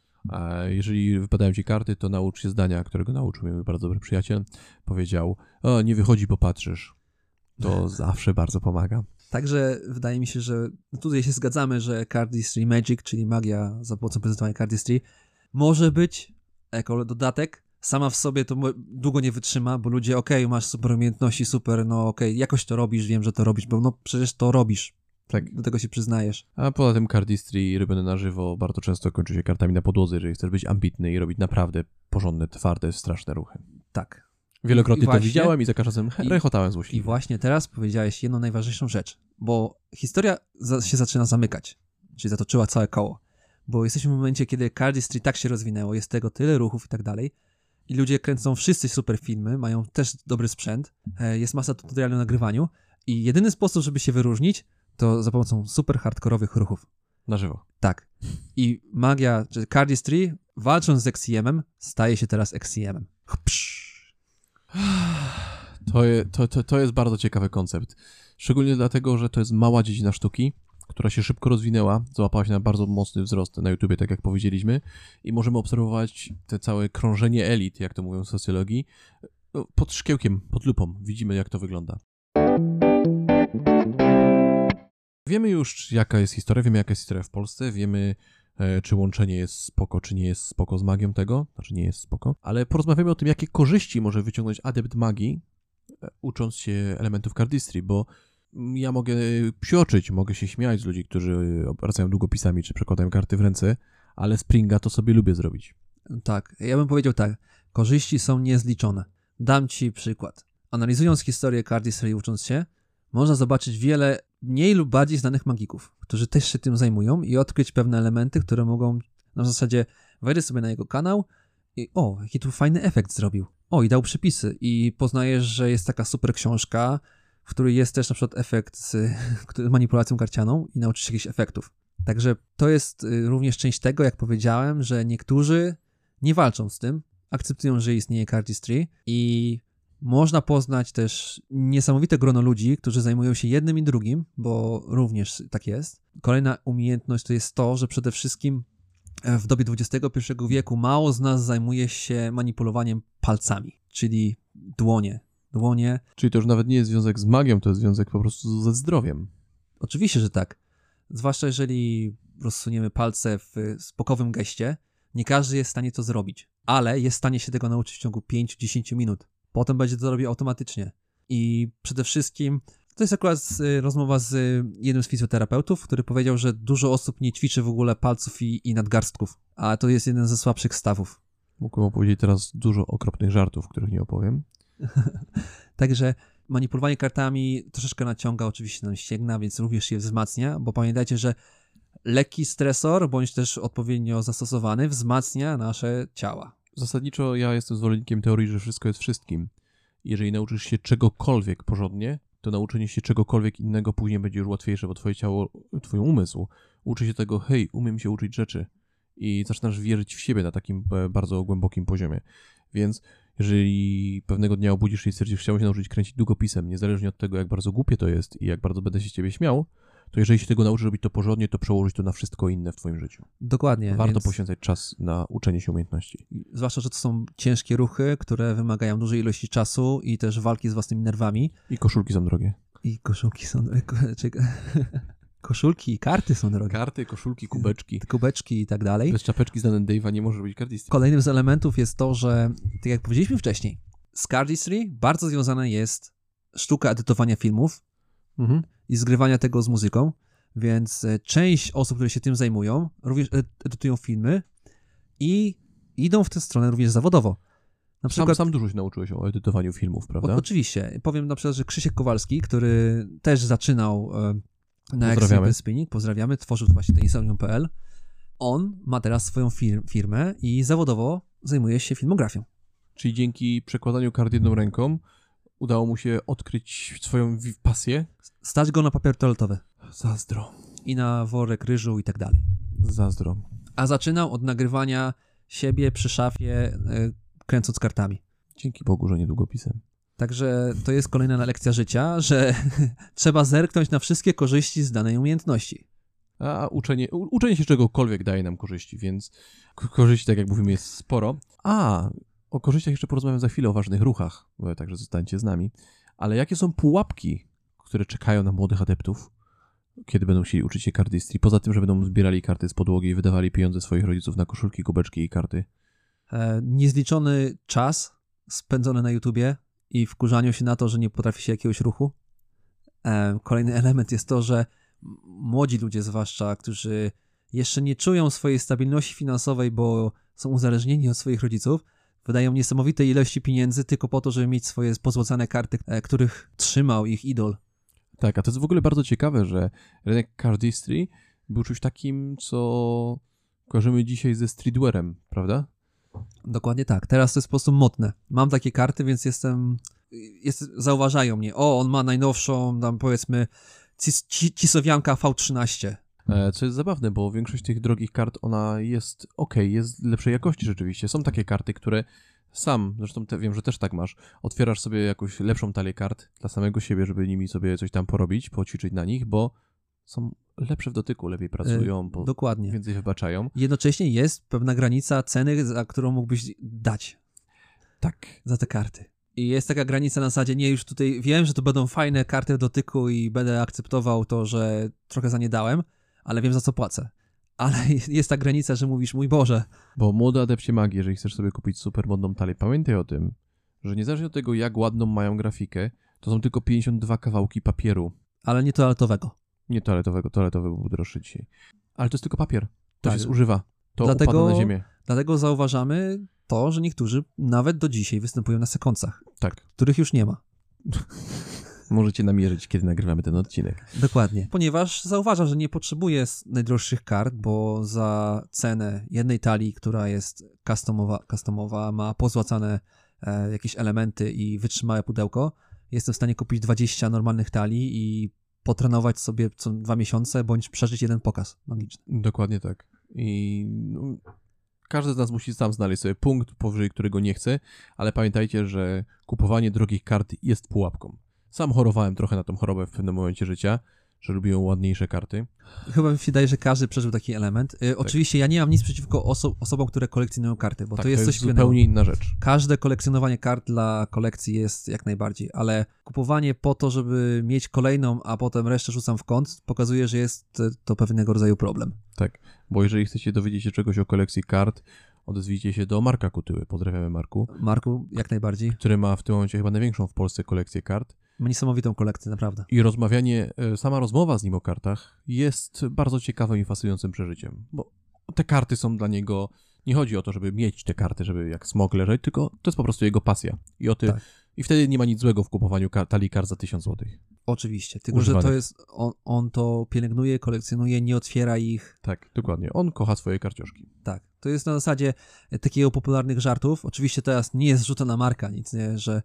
A jeżeli wypadają ci karty, to naucz się zdania, którego nauczył mnie mój bardzo dobry przyjaciel. Powiedział, o, nie wychodzi, popatrzysz. To zawsze bardzo pomaga. Także wydaje mi się, że tutaj się zgadzamy, że Cardistry Magic, czyli magia za pomocą prezentowania Cardistry, może być jako dodatek. Sama w sobie to długo nie wytrzyma, bo ludzie, okej, okay, masz super umiejętności, super, no okej, okay, jakoś to robisz, wiem, że to robisz, bo no przecież to robisz. Tak. Do tego się przyznajesz. A poza tym Cardistry robione na żywo bardzo często kończy się kartami na podłodze, jeżeli chcesz być ambitny i robić naprawdę porządne, twarde, straszne ruchy. Tak. Wielokrotnie I właśnie, to widziałem i za każdym razem he, rechotałem złośliwie. I właśnie teraz powiedziałeś jedną najważniejszą rzecz, bo historia za, się zaczyna zamykać, czyli zatoczyła całe koło, bo jesteśmy w momencie, kiedy Cardistry tak się rozwinęło, jest tego tyle ruchów i tak dalej i ludzie kręcą wszyscy super filmy, mają też dobry sprzęt, jest masa tutoriali o nagrywaniu i jedyny sposób, żeby się wyróżnić, to za pomocą super hardkorowych ruchów. Na żywo. Tak. I magia, czy Cardistry, walcząc z X C M-em, staje się teraz X C M-em. To, je, to, to, to jest bardzo ciekawy koncept. Szczególnie dlatego, że to jest mała dziedzina sztuki, która się szybko rozwinęła, załapała się na bardzo mocny wzrost na YouTubie, tak jak powiedzieliśmy, i możemy obserwować te całe krążenie elit, jak to mówią w socjologii, pod szkiełkiem, pod lupą. Widzimy, jak to wygląda. Wiemy już, jaka jest historia, wiemy, jaka jest historia w Polsce, wiemy, e, czy łączenie jest spoko, czy nie jest spoko z magią tego, znaczy nie jest spoko, ale porozmawiamy o tym, jakie korzyści może wyciągnąć adept magii, e, ucząc się elementów Cardistry, bo ja mogę psioczyć, mogę się śmiać z ludzi, którzy obracają długopisami, czy przekładają karty w ręce, ale Springa to sobie lubię zrobić. Tak, ja bym powiedział tak, korzyści są niezliczone. Dam ci przykład. Analizując historię Cardistry i ucząc się, można zobaczyć wiele mniej lub bardziej znanych magików, którzy też się tym zajmują i odkryć pewne elementy, które mogą na zasadzie wejdę sobie na jego kanał i o, jaki tu fajny efekt zrobił. O, i dał przepisy i poznajesz, że jest taka super książka, w której jest też na przykład efekt z manipulacją karcianą i nauczysz się jakichś efektów. Także to jest również część tego, jak powiedziałem, że niektórzy nie walczą z tym akceptują, że istnieje Cardistry i można poznać też niesamowite grono ludzi, którzy zajmują się jednym i drugim, bo również tak jest. Kolejna umiejętność to jest to, że przede wszystkim w dobie dwudziestego pierwszego wieku mało z nas zajmuje się manipulowaniem palcami, czyli dłonie. Dłonie. Czyli to już nawet nie jest związek z magią, to jest związek po prostu ze zdrowiem. Oczywiście, że tak. Zwłaszcza jeżeli rozsuniemy palce w spokojnym geście, nie każdy jest w stanie to zrobić, ale jest w stanie się tego nauczyć w ciągu pięć do dziesięciu minut. Potem będzie to robił automatycznie. I przede wszystkim, to jest akurat z, rozmowa z jednym z fizjoterapeutów, który powiedział, że dużo osób nie ćwiczy w ogóle palców i, i nadgarstków, a to jest jeden ze słabszych stawów. Mógłbym opowiedzieć teraz dużo okropnych żartów, których nie opowiem. Także manipulowanie kartami troszeczkę naciąga oczywiście nam ścięgna, więc również je wzmacnia, bo pamiętajcie, że lekki stresor, bądź też odpowiednio zastosowany, wzmacnia nasze ciała. Zasadniczo ja jestem zwolennikiem teorii, że wszystko jest wszystkim. Jeżeli nauczysz się czegokolwiek porządnie, to nauczenie się czegokolwiek innego później będzie już łatwiejsze, bo twoje ciało, twój umysł uczy się tego, hej, umiem się uczyć rzeczy i zaczynasz wierzyć w siebie na takim bardzo głębokim poziomie. Więc jeżeli pewnego dnia obudzisz się i stwierdzisz, chciałbym się nauczyć kręcić długopisem, niezależnie od tego, jak bardzo głupie to jest i jak bardzo będę się z ciebie śmiał, to jeżeli się tego nauczysz robić to porządnie, to przełożyć to na wszystko inne w twoim życiu. Dokładnie. Warto więc... poświęcać czas na uczenie się umiejętności. Zwłaszcza, że to są ciężkie ruchy, które wymagają dużej ilości czasu i też walki z własnymi nerwami. I koszulki są drogie. I koszulki są drogie. Koszulki i karty są drogie. Karty, koszulki, kubeczki. Kubeczki i tak dalej. Bez czapeczki z danym Dave'a nie może być cardistry. Kolejnym z elementów jest to, że, tak jak powiedzieliśmy wcześniej, z cardistry bardzo związana jest sztuka edytowania filmów Mhm. i zgrywania tego z muzyką, więc część osób, które się tym zajmują, również edytują filmy i idą w tę stronę również zawodowo. Na przykład, sam, sam dużo się nauczyłeś o edytowaniu filmów, prawda? O, oczywiście. Powiem na przykład, że Krzysiek Kowalski, który też zaczynał e, na Pozdrawiamy. Spinning, pozdrawiamy, tworzył właśnie ten Insomnium kropka p l. On ma teraz swoją fir- firmę i zawodowo zajmuje się filmografią. Czyli dzięki przekładaniu kart jedną ręką udało mu się odkryć swoją wi- pasję. Stać go na papier toaletowy. Zazdro. I na worek ryżu i tak dalej. Zazdro. A zaczynał od nagrywania siebie przy szafie, e, kręcąc kartami. Dzięki Bogu, że nie długopisem. Także to jest kolejna lekcja życia, że trzeba zerknąć na wszystkie korzyści z danej umiejętności. A uczenie, u, uczenie się czegokolwiek daje nam korzyści, więc k- korzyści, tak jak mówimy, jest sporo. A, o korzyściach jeszcze porozmawiam za chwilę, o ważnych ruchach, także zostańcie z nami. Ale jakie są pułapki, które czekają na młodych adeptów, kiedy będą chcieli uczyć się cardistry? Poza tym, że będą zbierali karty z podłogi i wydawali pieniądze swoich rodziców na koszulki, kubeczki i karty. E, niezliczony czas spędzony na YouTubie i wkurzaniu się na to, że nie potrafi się jakiegoś ruchu. E, kolejny element jest to, że młodzi ludzie zwłaszcza, którzy jeszcze nie czują swojej stabilności finansowej, bo są uzależnieni od swoich rodziców, wydają niesamowite ilości pieniędzy tylko po to, żeby mieć swoje pozłocane karty, e, których trzymał ich idol. Tak, a to jest w ogóle bardzo ciekawe, że rynek cardistry był czymś takim, co kojarzymy dzisiaj ze streetwearem, prawda? Dokładnie tak. Teraz to jest po prostu modne. Mam takie karty, więc jestem... Jest, zauważają mnie. O, on ma najnowszą, tam powiedzmy, cis, ci, Cisowianka V trzynaście. E, Co jest zabawne, bo większość tych drogich kart, ona jest okej, jest lepszej jakości rzeczywiście. Są takie karty, które sam, zresztą te, wiem, że też tak masz, otwierasz sobie jakąś lepszą talię kart dla samego siebie, żeby nimi sobie coś tam porobić, poćwiczyć na nich, bo są lepsze w dotyku, lepiej pracują, bo Dokładnie. więcej wybaczają. Jednocześnie jest pewna granica ceny, za którą mógłbyś dać Tak. za te karty. I jest taka granica na zasadzie, nie, już tutaj wiem, że to będą fajne karty w dotyku i będę akceptował to, że trochę za nie dałem, ale wiem, za co płacę. Ale jest ta granica, że mówisz, mój Boże. Bo młody adepcie magii, jeżeli chcesz sobie kupić super modną talię, pamiętaj o tym, że niezależnie od tego, jak ładną mają grafikę, to są tylko pięćdziesiąt dwa kawałki papieru. Ale nie toaletowego. Nie toaletowego, toaletowy był droższy dzisiaj. Ale to jest tylko papier. To Tak. się zużywa. To Dlatego- upada na ziemię. Dlatego zauważamy to, że niektórzy nawet do dzisiaj występują na sekoncach, Tak. których już nie ma. Możecie namierzyć, kiedy nagrywamy ten odcinek. Dokładnie. Ponieważ zauważam, że nie potrzebuję s- najdroższych kart, bo za cenę jednej talii, która jest customowa, customowa ma pozłacane e, jakieś elementy i wytrzymałe pudełko, jestem w stanie kupić dwadzieścia normalnych talii i potrenować sobie co dwa miesiące, bądź przeżyć jeden pokaz magiczny. Dokładnie tak. I no, każdy z nas musi sam znaleźć sobie punkt, powyżej którego nie chce, ale pamiętajcie, że kupowanie drogich kart jest pułapką. Sam chorowałem trochę na tą chorobę w pewnym momencie życia, że lubiłem ładniejsze karty. Chyba mi się wydaje, że każdy przeżył taki element. Y, tak. Oczywiście ja nie mam nic przeciwko oso- osobom, które kolekcjonują karty, bo tak, to jest to coś jest zupełnie inna rzecz. Każde kolekcjonowanie kart dla kolekcji jest jak najbardziej, ale kupowanie po to, żeby mieć kolejną, a potem resztę rzucam w kąt, pokazuje, że jest to pewnego rodzaju problem. Tak, bo jeżeli chcecie dowiedzieć się czegoś o kolekcji kart, odezwijcie się do Marka Kutyły. Pozdrawiamy Marku. Marku, jak najbardziej. Który ma w tym momencie chyba największą w Polsce kolekcję kart. Ma niesamowitą kolekcję, naprawdę. I rozmawianie, sama rozmowa z nim o kartach jest bardzo ciekawym i fascynującym przeżyciem, bo te karty są dla niego, nie chodzi o to, żeby mieć te karty, żeby jak smog leżeć, tylko to jest po prostu jego pasja. I o ty, tak. I wtedy nie ma nic złego w kupowaniu kar- talii kart za tysiąc złotych. Oczywiście, tylko Używane. że to jest, on, on to pielęgnuje, kolekcjonuje, nie otwiera ich. Tak, dokładnie. On kocha swoje karcioszki. Tak, to jest na zasadzie takiego popularnych żartów. Oczywiście teraz nie jest rzuta na marka, nic, nie, że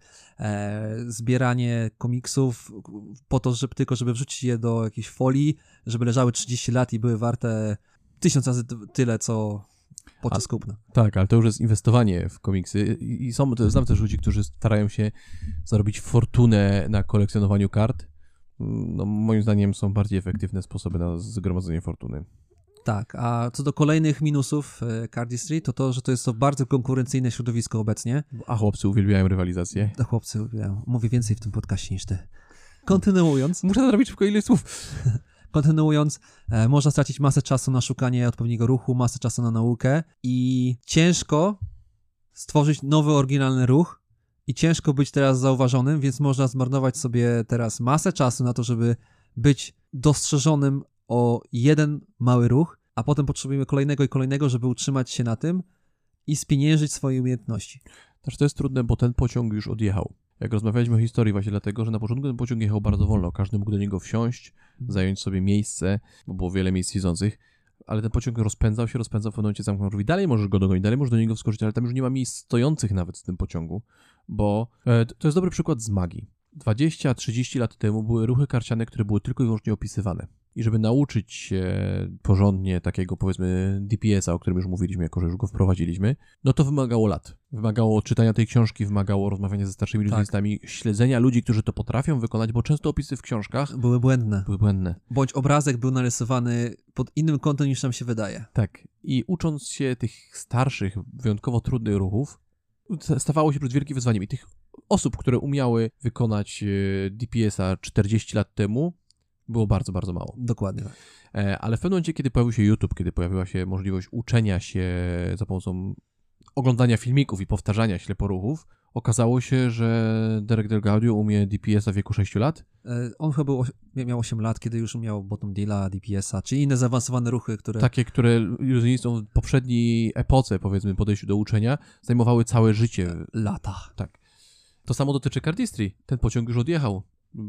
e, zbieranie komiksów po to, żeby tylko, żeby wrzucić je do jakiejś folii, żeby leżały trzydzieści lat i były warte tysiąc razy tyle, co podczas kupna. Tak, ale to już jest inwestowanie w komiksy i są, to, znam też ludzi, którzy starają się zarobić fortunę na kolekcjonowaniu kart. No, moim zdaniem są bardziej efektywne sposoby na zgromadzenie fortuny. Tak, a co do kolejnych minusów e, Cardistry, to to, że to jest to bardzo konkurencyjne środowisko obecnie. A chłopcy uwielbiają rywalizację. A chłopcy uwielbiają. Mówię więcej w tym podcaście niż ty. Kontynuując. Muszę zrobić szybko ile słów. Kontynuując, e, można stracić masę czasu na szukanie odpowiedniego ruchu, masę czasu na naukę i ciężko stworzyć nowy, oryginalny ruch i ciężko być teraz zauważonym, więc można zmarnować sobie teraz masę czasu na to, żeby być dostrzeżonym o jeden mały ruch, a potem potrzebujemy kolejnego i kolejnego, żeby utrzymać się na tym i spieniężyć swoje umiejętności. Też to jest trudne, bo ten pociąg już odjechał. Jak rozmawialiśmy o historii właśnie dlatego, że na początku ten pociąg jechał bardzo wolno, każdy mógł do niego wsiąść, zająć sobie miejsce, bo było wiele miejsc siedzących, ale ten pociąg rozpędzał się, rozpędzał w pewnym momencie, zamknął drzwi, dalej możesz go dogonić, dalej możesz do niego wskoczyć, ale tam już nie ma miejsc stojących nawet w tym pociągu, bo e, to jest dobry przykład z magii. dwadzieścia trzydzieści lat temu były ruchy karciane, które były tylko i wyłącznie opisywane. I żeby nauczyć się porządnie takiego, powiedzmy, D P S a, o którym już mówiliśmy, jako że już go wprowadziliśmy, no to wymagało lat. Wymagało czytania tej książki, wymagało rozmawiania ze starszymi tak. iluzjonistami, śledzenia ludzi, którzy to potrafią wykonać, bo często opisy w książkach były błędne. Były błędne. Bądź obrazek był narysowany pod innym kątem niż nam się wydaje. Tak. I ucząc się tych starszych, wyjątkowo trudnych ruchów, stawało się przed wielkim wyzwaniem. I tych osób, które umiały wykonać D P S a czterdzieści lat temu, było bardzo, bardzo mało. Dokładnie tak. Ale w pewnym momencie, kiedy pojawił się YouTube, kiedy pojawiła się możliwość uczenia się za pomocą oglądania filmików i powtarzania śleporuchów, okazało się, że Derek DelGaudio umie D P S a w wieku sześciu lat. On chyba był, miał osiem lat, kiedy już umiał bottom deala, D P S a, czy inne zaawansowane ruchy, które... Takie, które iluzjonistom w poprzedniej epoce, powiedzmy, podejściu do uczenia, zajmowały całe życie. Lata. Tak. To samo dotyczy Cardistry. Ten pociąg już odjechał.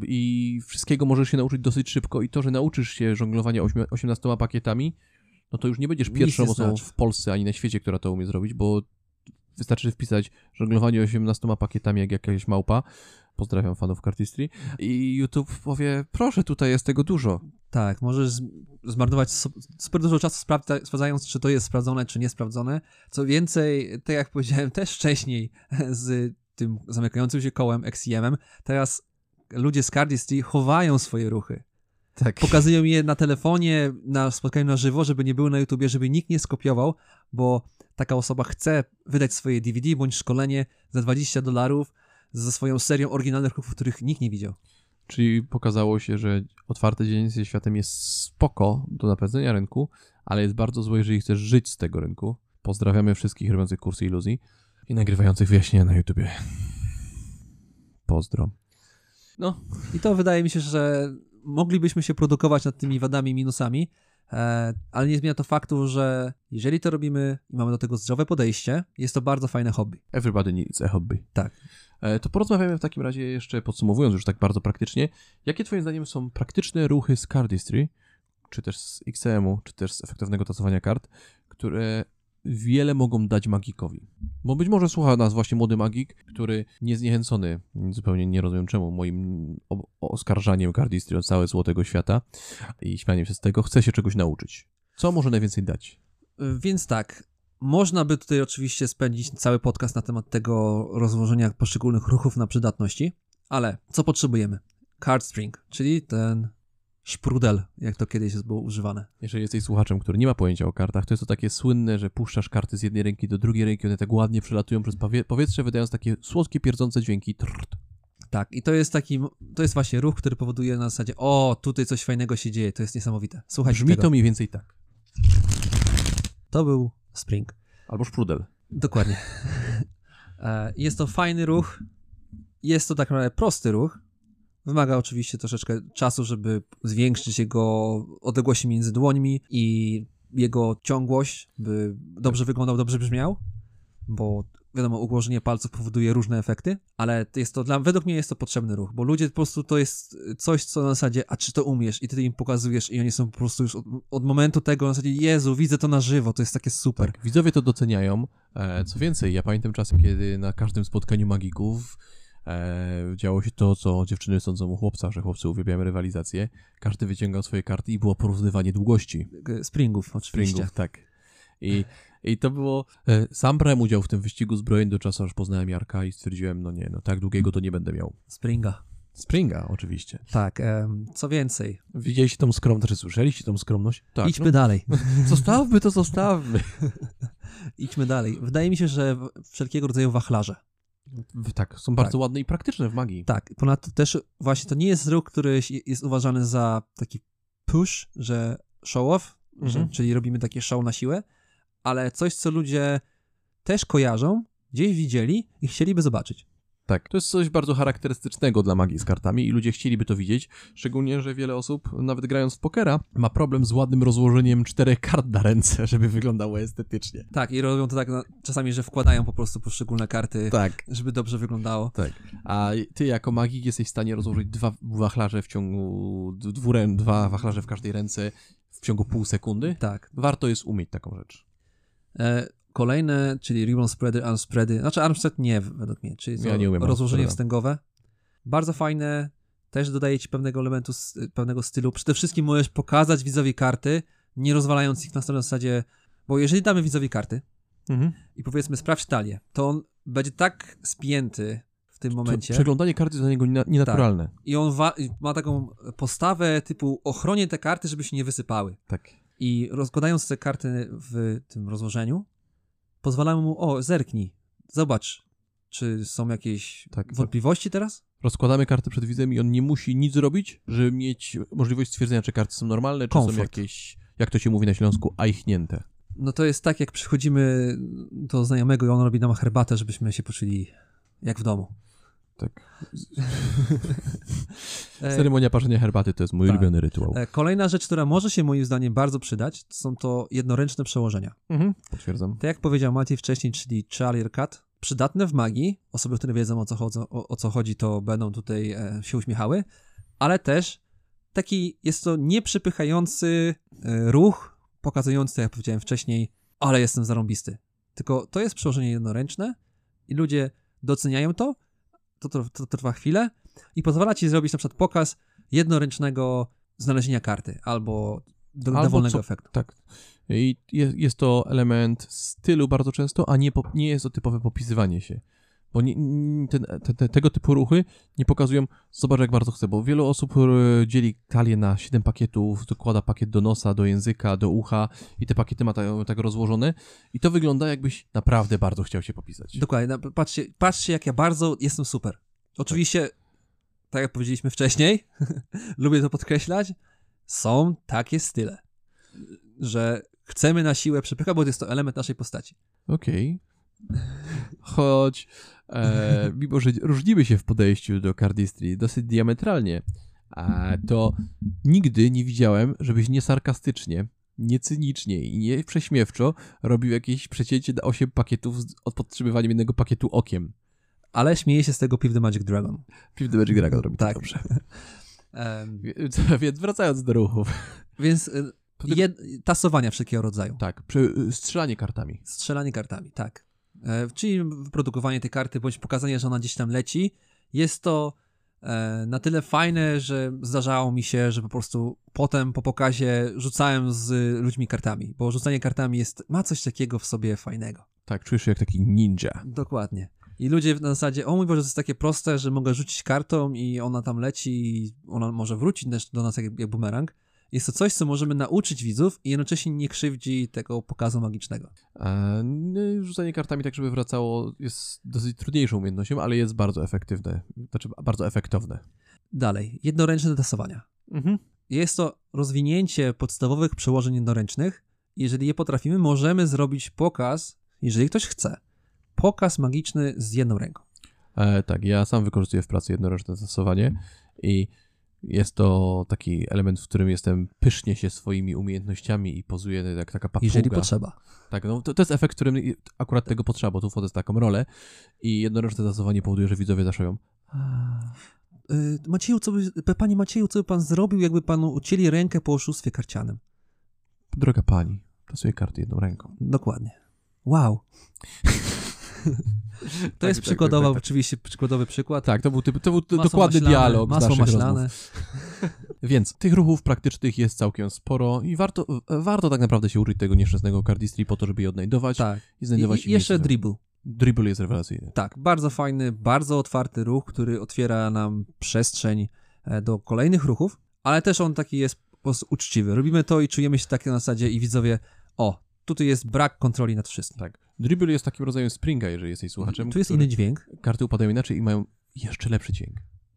I wszystkiego możesz się nauczyć dosyć szybko i to, że nauczysz się żonglowania osiemnastoma pakietami, no to już nie będziesz pierwszą osobą w Polsce ani na świecie, która to umie zrobić, bo wystarczy wpisać żonglowanie osiemnastoma pakietami jak jakaś małpa. Pozdrawiam fanów Cardistry. I YouTube powie, proszę, tutaj jest tego dużo. Tak, możesz zmarnować super dużo czasu sprawdzając, czy to jest sprawdzone, czy niesprawdzone. Co więcej, tak jak powiedziałem też wcześniej z tym zamykającym się kołem X I M-em, teraz ludzie z Cardistry chowają swoje ruchy. Tak. Pokazują je na telefonie, na spotkaniu na żywo, żeby nie były na YouTubie, żeby nikt nie skopiował, bo taka osoba chce wydać swoje D V D bądź szkolenie za dwadzieścia dolarów ze swoją serią oryginalnych ruchów, których nikt nie widział. Czyli pokazało się, że otwarte dzielenie się światem jest spoko do napędzenia rynku, ale jest bardzo złe, jeżeli chcesz żyć z tego rynku. Pozdrawiamy wszystkich robiących kursy iluzji i nagrywających wyjaśnienia na YouTubie. Pozdro. No i to wydaje mi się, że moglibyśmy się produkować nad tymi wadami i minusami, e, ale nie zmienia to faktu, że jeżeli to robimy i mamy do tego zdrowe podejście, jest to bardzo fajne hobby. Everybody needs a hobby. Tak. E, to porozmawiamy w takim razie jeszcze, podsumowując już tak bardzo praktycznie, jakie twoim zdaniem są praktyczne ruchy z Cardistry, czy też z X C M-u, czy też z efektywnego tasowania kart, które wiele mogą dać magikowi. Bo być może słucha nas właśnie młody magik, który niezniechęcony, zupełnie nie rozumiem czemu, moim o- oskarżaniem Cardistry od całego złotego świata i śmianiem się z tego, chce się czegoś nauczyć. Co może najwięcej dać? Więc tak, Można by tutaj oczywiście spędzić cały podcast na temat tego rozłożenia poszczególnych ruchów na przydatności, ale co potrzebujemy? Card string, czyli ten szprudel, jak to kiedyś było używane. Jeżeli jesteś słuchaczem, który nie ma pojęcia o kartach, to jest to takie słynne, że puszczasz karty z jednej ręki do drugiej ręki, one tak ładnie przelatują przez powie- powietrze, wydając takie słodkie, pierdzące dźwięki. Trrrt. Tak, i to jest taki, to jest właśnie ruch, który powoduje na zasadzie, o, tutaj coś fajnego się dzieje, to jest niesamowite. Słuchajcie Brzmi tego. to mniej więcej tak. To był spring. Albo szprudel. Dokładnie. E, Jest to fajny ruch, jest to tak naprawdę prosty ruch. Wymaga oczywiście troszeczkę czasu, żeby zwiększyć jego odległości między dłońmi i jego ciągłość, by dobrze wyglądał, dobrze brzmiał, bo wiadomo, ułożenie palców powoduje różne efekty, ale jest to dla, według mnie jest to potrzebny ruch, bo ludzie po prostu to jest coś, co na zasadzie, a czy to umiesz? I ty im pokazujesz i oni są po prostu już od, od momentu tego na zasadzie, Jezu, widzę to na żywo, to jest takie super. Tak, widzowie to doceniają. E, co więcej, ja pamiętam czasy, kiedy na każdym spotkaniu magików e, działo się to, co dziewczyny sądzą u chłopca, że chłopcy uwielbiają rywalizację. Każdy wyciągał swoje karty i było porównywanie długości. Springów oczywiście. Springów, tak. I, I to było... E, sam brałem udział w tym wyścigu zbrojeń do czasu, aż poznałem Jarka i stwierdziłem, no nie, no tak długiego to nie będę miał. Springa. Springa, oczywiście. Tak, em, co więcej. Widzieliście tą skromność, czy słyszeliście tą skromność? Tak, Idźmy no, dalej. zostawmy to, zostawmy. Idźmy dalej. Wydaje mi się, że w- wszelkiego rodzaju wachlarze. W- Tak, są bardzo Tak. ładne i praktyczne w magii. Tak, ponadto też właśnie to nie jest ruch, który jest uważany za taki push, że show off, Mhm. że, czyli robimy takie show na siłę, ale coś, co ludzie też kojarzą, gdzieś widzieli i chcieliby zobaczyć. Tak, to jest coś bardzo charakterystycznego dla magii z kartami i ludzie chcieliby to widzieć, szczególnie, że wiele osób, nawet grając w pokera, ma problem z ładnym rozłożeniem czterech kart na ręce, żeby wyglądało estetycznie. Tak, i robią to tak na, czasami, że wkładają po prostu poszczególne karty, Tak, żeby dobrze wyglądało. tak. A ty jako magik jesteś w stanie rozłożyć dwa wachlarze w ciągu, dwurę, dwa wachlarze w każdej ręce w ciągu pół sekundy? Tak. Warto jest umieć taką rzecz. E, kolejne, czyli ribbon spready, unspready, znaczy unspread nie według mnie, czyli Ja nie umiem rozłożenie unspreada. wstęgowe. Bardzo fajne, też dodaje ci pewnego elementu, s- pewnego stylu. Przede wszystkim możesz pokazać widzowi karty, nie rozwalając ich na stronę zasadzie, bo jeżeli damy widzowi karty Mhm. i powiedzmy sprawdź talię, to on będzie tak spięty w tym momencie Przeglądanie karty jest dla niego niena- nienaturalne. i on wa- i ma taką postawę typu ochronię te karty, żeby się nie wysypały. Tak. I rozkładając te karty w tym rozłożeniu, pozwalamy mu, o, zerknij, zobacz, czy są jakieś Tak. wątpliwości teraz? Rozkładamy karty przed widzem i on nie musi nic zrobić, żeby mieć możliwość stwierdzenia, czy karty są normalne, czy Komfort. są jakieś, jak to się mówi na Śląsku, ajchnięte. No to jest tak, jak przychodzimy do znajomego i on robi nam herbatę, żebyśmy się poczuli jak w domu. Tak. E, Ceremonia parzenia herbaty to jest mój tak. ulubiony rytuał. e, Kolejna rzecz, która może się moim zdaniem bardzo przydać, to są to jednoręczne przełożenia. Mhm. Potwierdzam. Tak jak powiedział Maciej wcześniej, czyli Charlier Cut, przydatne w magii, osoby, które wiedzą o co, chodzą, o, o co chodzi, to będą tutaj e, się uśmiechały, ale też taki jest to nieprzepychający e, ruch, pokazujący, jak powiedziałem wcześniej, ale jestem zarąbisty. Tylko to jest przełożenie jednoręczne i ludzie doceniają to, to, to, to trwa chwilę i pozwala ci zrobić na przykład pokaz jednoręcznego znalezienia karty albo do, Albo dowolnego co- efektu. Tak. I jest, jest to element stylu bardzo często, a nie, po, nie jest to typowe popisywanie się. Bo nie, n- ten, te, te, tego typu ruchy nie pokazują, zobacz jak bardzo chcę, bo wielu osób e, dzieli talię na siedem pakietów, dokłada pakiet do nosa, do języka, do ucha i te pakiety ma tak, tak rozłożone i to wygląda jakbyś naprawdę bardzo chciał się popisać. Dokładnie, no, patrzcie, patrzcie jak ja bardzo jestem super. Oczywiście, tak jak powiedzieliśmy wcześniej, lubię to podkreślać, są takie style, że chcemy na siłę przepychać, bo jest to element naszej postaci. Okej. Choć, e, mimo że różnimy się w podejściu do cardistry dosyć diametralnie, a to nigdy nie widziałem, żebyś nie sarkastycznie, nie cynicznie i nie prześmiewczo robił jakieś przecięcie na osiem pakietów z od podtrzymywaniem jednego pakietu okiem. Ale śmieję się z tego Piw the Magic Dragon. Piw the Magic Dragon robi to Tak. dobrze. Em, Więc, więc wracając do ruchów. więc y, jed, tasowania wszelkiego rodzaju. Tak, przy, strzelanie kartami. Strzelanie kartami, tak. E, czyli wyprodukowanie tej karty, bądź pokazanie, że ona gdzieś tam leci. Jest to e, na tyle fajne, że zdarzało mi się, że po prostu potem po pokazie rzucałem z ludźmi kartami, bo rzucanie kartami jest, ma coś takiego w sobie fajnego. Tak, czujesz się jak taki ninja. Dokładnie. I ludzie na zasadzie, o mój Boże, to jest takie proste, że mogę rzucić kartą i ona tam leci i ona może wrócić do nas jak, jak bumerang. Jest to coś, co możemy nauczyć widzów i jednocześnie nie krzywdzi tego pokazu magicznego. E, rzucanie kartami tak, żeby wracało, jest dosyć trudniejszą umiejętnością, ale jest bardzo efektywne. Znaczy bardzo efektowne. Dalej, jednoręczne tasowania. Mhm. Jest to rozwinięcie podstawowych przełożeń jednoręcznych. Jeżeli je potrafimy, możemy zrobić pokaz, jeżeli ktoś chce. Pokaz magiczny z jedną ręką. E, tak, ja sam wykorzystuję w pracy jednoręczne zastosowanie i jest to taki element, w którym jestem pysznie się swoimi umiejętnościami i pozuję jak taka papuga. Jeżeli potrzeba. Tak, no to, to jest efekt, w którym akurat tego potrzeba, bo tu wchodzę w taką rolę i jednoroczne zastosowanie powoduje, że widzowie zaszają. Yy, Macieju, co by, panie Macieju, co by pan zrobił, jakby panu ucięli rękę po oszustwie karcianym? Droga pani, tasuję karty jedną ręką. Dokładnie. Wow. To tak, jest tak, przykładowa, tak, tak. oczywiście przykładowy przykład. Tak, to był, typ, to był Masło dokładny maślane, dialog z masło naszych maślane. rozmów. Więc tych ruchów praktycznych jest całkiem sporo i warto, warto tak naprawdę się użyć tego nieszczęsnego cardistry po to, żeby je odnajdować Tak. i znajdować I, im i jeszcze miejsce. dribble. Dribble jest rewelacyjny. Tak, bardzo fajny, bardzo otwarty ruch, który otwiera nam przestrzeń do kolejnych ruchów, ale też on taki jest po prostu uczciwy. Robimy to i czujemy się tak na zasadzie i widzowie, o, tutaj jest brak kontroli nad wszystkim. Tak. Dribble jest takim rodzajem springa, jeżeli jesteś słuchaczem. Tu jest który- inny dźwięk. Karty upadają inaczej i mają jeszcze lepszy dźwięk.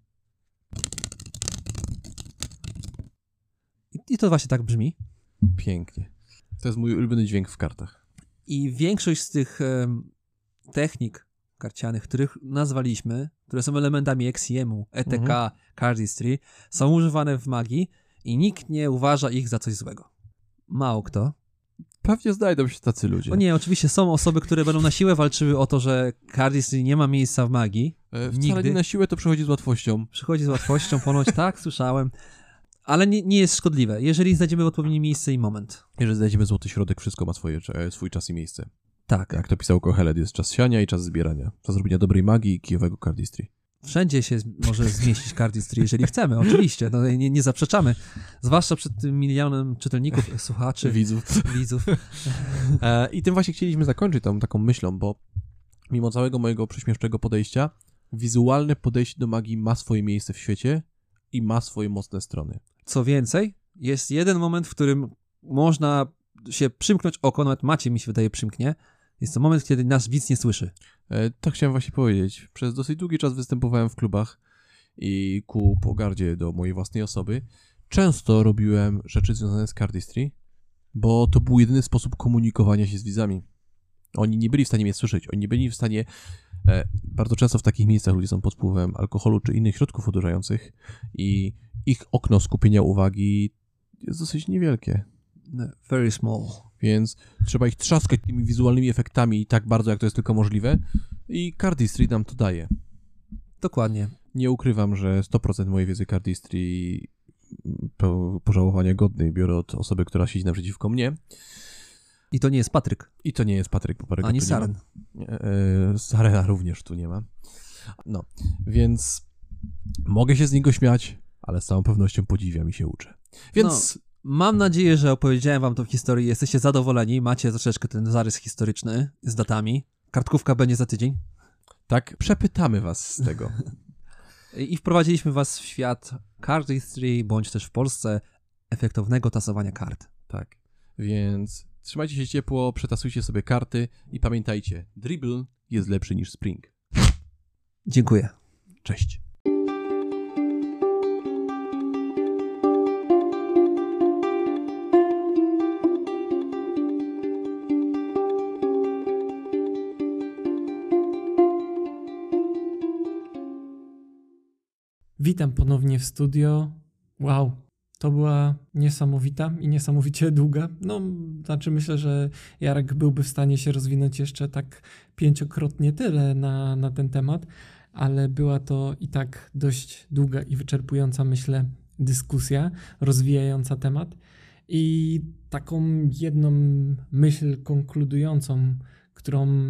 I, I to właśnie tak brzmi. Pięknie. To jest mój ulubiony dźwięk w kartach. I większość z tych em, technik karcianych, których nazwaliśmy, które są elementami X I M-u, E T K, Mhm. cardistry, są używane w magii i nikt nie uważa ich za coś złego. Mało kto. Pewnie znajdą się tacy ludzie. O nie, oczywiście są osoby, które będą na siłę walczyły o to, że cardistry nie ma miejsca w magii. E, Wcale Nigdy. nie na siłę, to przychodzi z łatwością. Przychodzi z łatwością, ponoć tak, słyszałem. Ale nie, nie jest szkodliwe, jeżeli znajdziemy odpowiednie miejsce i moment. Jeżeli znajdziemy złoty środek, wszystko ma swoje, e, swój czas i miejsce. Tak. Jak to pisał Kohelet, jest czas siania i czas zbierania. Czas zrobienia dobrej magii i kijowego cardistry. Wszędzie się z- może zmieścić cardistry, jeżeli chcemy, oczywiście, no, nie, nie zaprzeczamy. Zwłaszcza przed tym milionem czytelników, słuchaczy, Widzów. widzów. E, I tym właśnie chcieliśmy zakończyć tą taką myślą, bo mimo całego mojego prześmieszczego podejścia, wizualne podejście do magii ma swoje miejsce w świecie i ma swoje mocne strony. Co więcej, jest jeden moment, w którym można się przymknąć oko, nawet Maciej mi się wydaje przymknie. Jest to moment, kiedy nasz widz nie słyszy. E, to chciałem właśnie powiedzieć. Przez dosyć długi czas występowałem w klubach i ku pogardzie do mojej własnej osoby często robiłem rzeczy związane z cardistry, bo to był jedyny sposób komunikowania się z widzami. Oni nie byli w stanie mnie słyszeć, oni nie byli w stanie... E, bardzo często w takich miejscach ludzie są pod wpływem alkoholu czy innych środków odurzających i ich okno skupienia uwagi jest dosyć niewielkie. No, very small. Więc trzeba ich trzaskać tymi wizualnymi efektami tak bardzo, jak to jest tylko możliwe i cardistry nam to daje. Dokładnie. Nie ukrywam, że sto procent mojej wiedzy cardistry po, pożałowania godnej biorę od osoby, która siedzi naprzeciwko mnie. I to nie jest Patryk, I to nie jest Patryk Poparego. ani tu nie Saren. ma. E, e, Sarena również tu nie ma. No, więc mogę się z niego śmiać, ale z całą pewnością podziwiam i się uczę. Więc Mam nadzieję, że opowiedziałem wam tą historię, jesteście zadowoleni, macie troszeczkę ten zarys historyczny z datami. Kartkówka będzie za tydzień. tak, przepytamy was z tego. I wprowadziliśmy was w świat cardistry, bądź też w Polsce efektownego tasowania kart. Tak, więc trzymajcie się ciepło, przetasujcie sobie karty i pamiętajcie, dribble jest lepszy niż spring. Dziękuję. Cześć. Witam ponownie w studio. Wow, to była niesamowita i niesamowicie długa. No, znaczy myślę, że Jarek byłby w stanie się rozwinąć jeszcze tak pięciokrotnie tyle na, na ten temat, ale była to i tak dość długa i wyczerpująca, myślę, dyskusja rozwijająca temat. I taką jedną myśl konkludującą, którą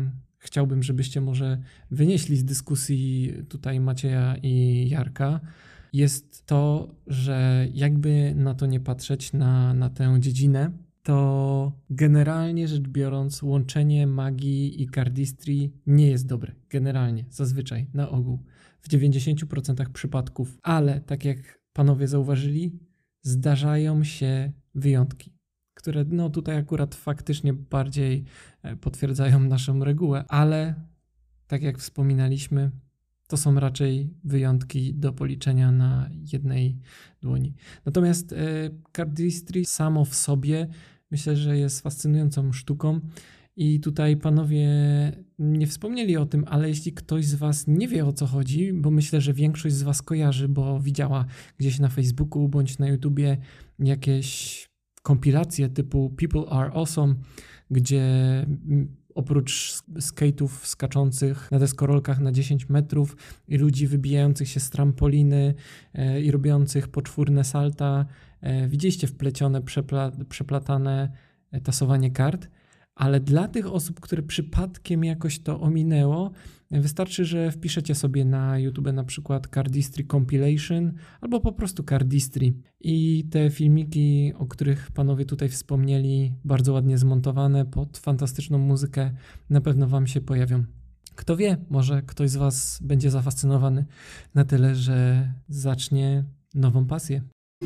chciałbym, żebyście może wynieśli z dyskusji tutaj Macieja i Jarka, jest to, że jakby na to nie patrzeć, na, na tę dziedzinę, to generalnie rzecz biorąc łączenie magii i cardistry nie jest dobre. Generalnie, zazwyczaj, na ogół, w dziewięćdziesięciu procentach przypadków. Ale tak jak panowie zauważyli, zdarzają się wyjątki, które no tutaj akurat faktycznie bardziej potwierdzają naszą regułę, ale tak jak wspominaliśmy, to są raczej wyjątki do policzenia na jednej dłoni. Natomiast e, cardistry samo w sobie myślę, że jest fascynującą sztuką i tutaj panowie nie wspomnieli o tym, ale jeśli ktoś z was nie wie, o co chodzi, bo myślę, że większość z was kojarzy, bo widziała gdzieś na Facebooku bądź na YouTubie jakieś kompilacje typu People Are Awesome, gdzie oprócz skate'ów skaczących na deskorolkach na dziesięć metrów i ludzi wybijających się z trampoliny e, i robiących poczwórne salta, e, widzieliście wplecione, przepla- przeplatane e, tasowanie kart, ale dla tych osób, które przypadkiem jakoś to ominęło, wystarczy, że wpiszecie sobie na YouTube na przykład Cardistry Compilation albo po prostu Cardistry i te filmiki, o których panowie tutaj wspomnieli, bardzo ładnie zmontowane pod fantastyczną muzykę, na pewno wam się pojawią. Kto wie, może ktoś z was będzie zafascynowany na tyle, że zacznie nową pasję.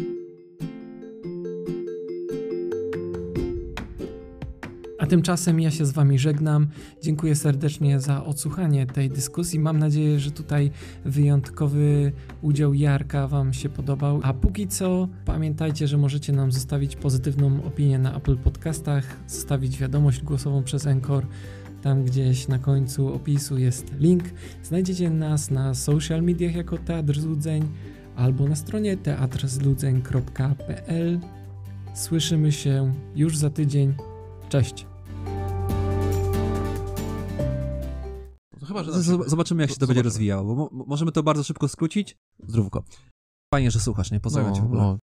A tymczasem ja się z wami żegnam. Dziękuję serdecznie za odsłuchanie tej dyskusji. Mam nadzieję, że tutaj wyjątkowy udział Jarka wam się podobał. A póki co pamiętajcie, że możecie nam zostawić pozytywną opinię na Apple Podcastach, zostawić wiadomość głosową przez Anchor. Tam gdzieś na końcu opisu jest link. Znajdziecie nas na social mediach jako Teatr Złudzeń albo na stronie teatr zludzeń kropka p l. Słyszymy się już za tydzień. Cześć. Chyba, że Z- Zobaczymy, jak się to będzie rozwijało, bo mo- możemy to bardzo szybko skrócić. Zdrówko. Fajnie, że słuchasz, nie? Pozdrawiam cię w ogóle. no.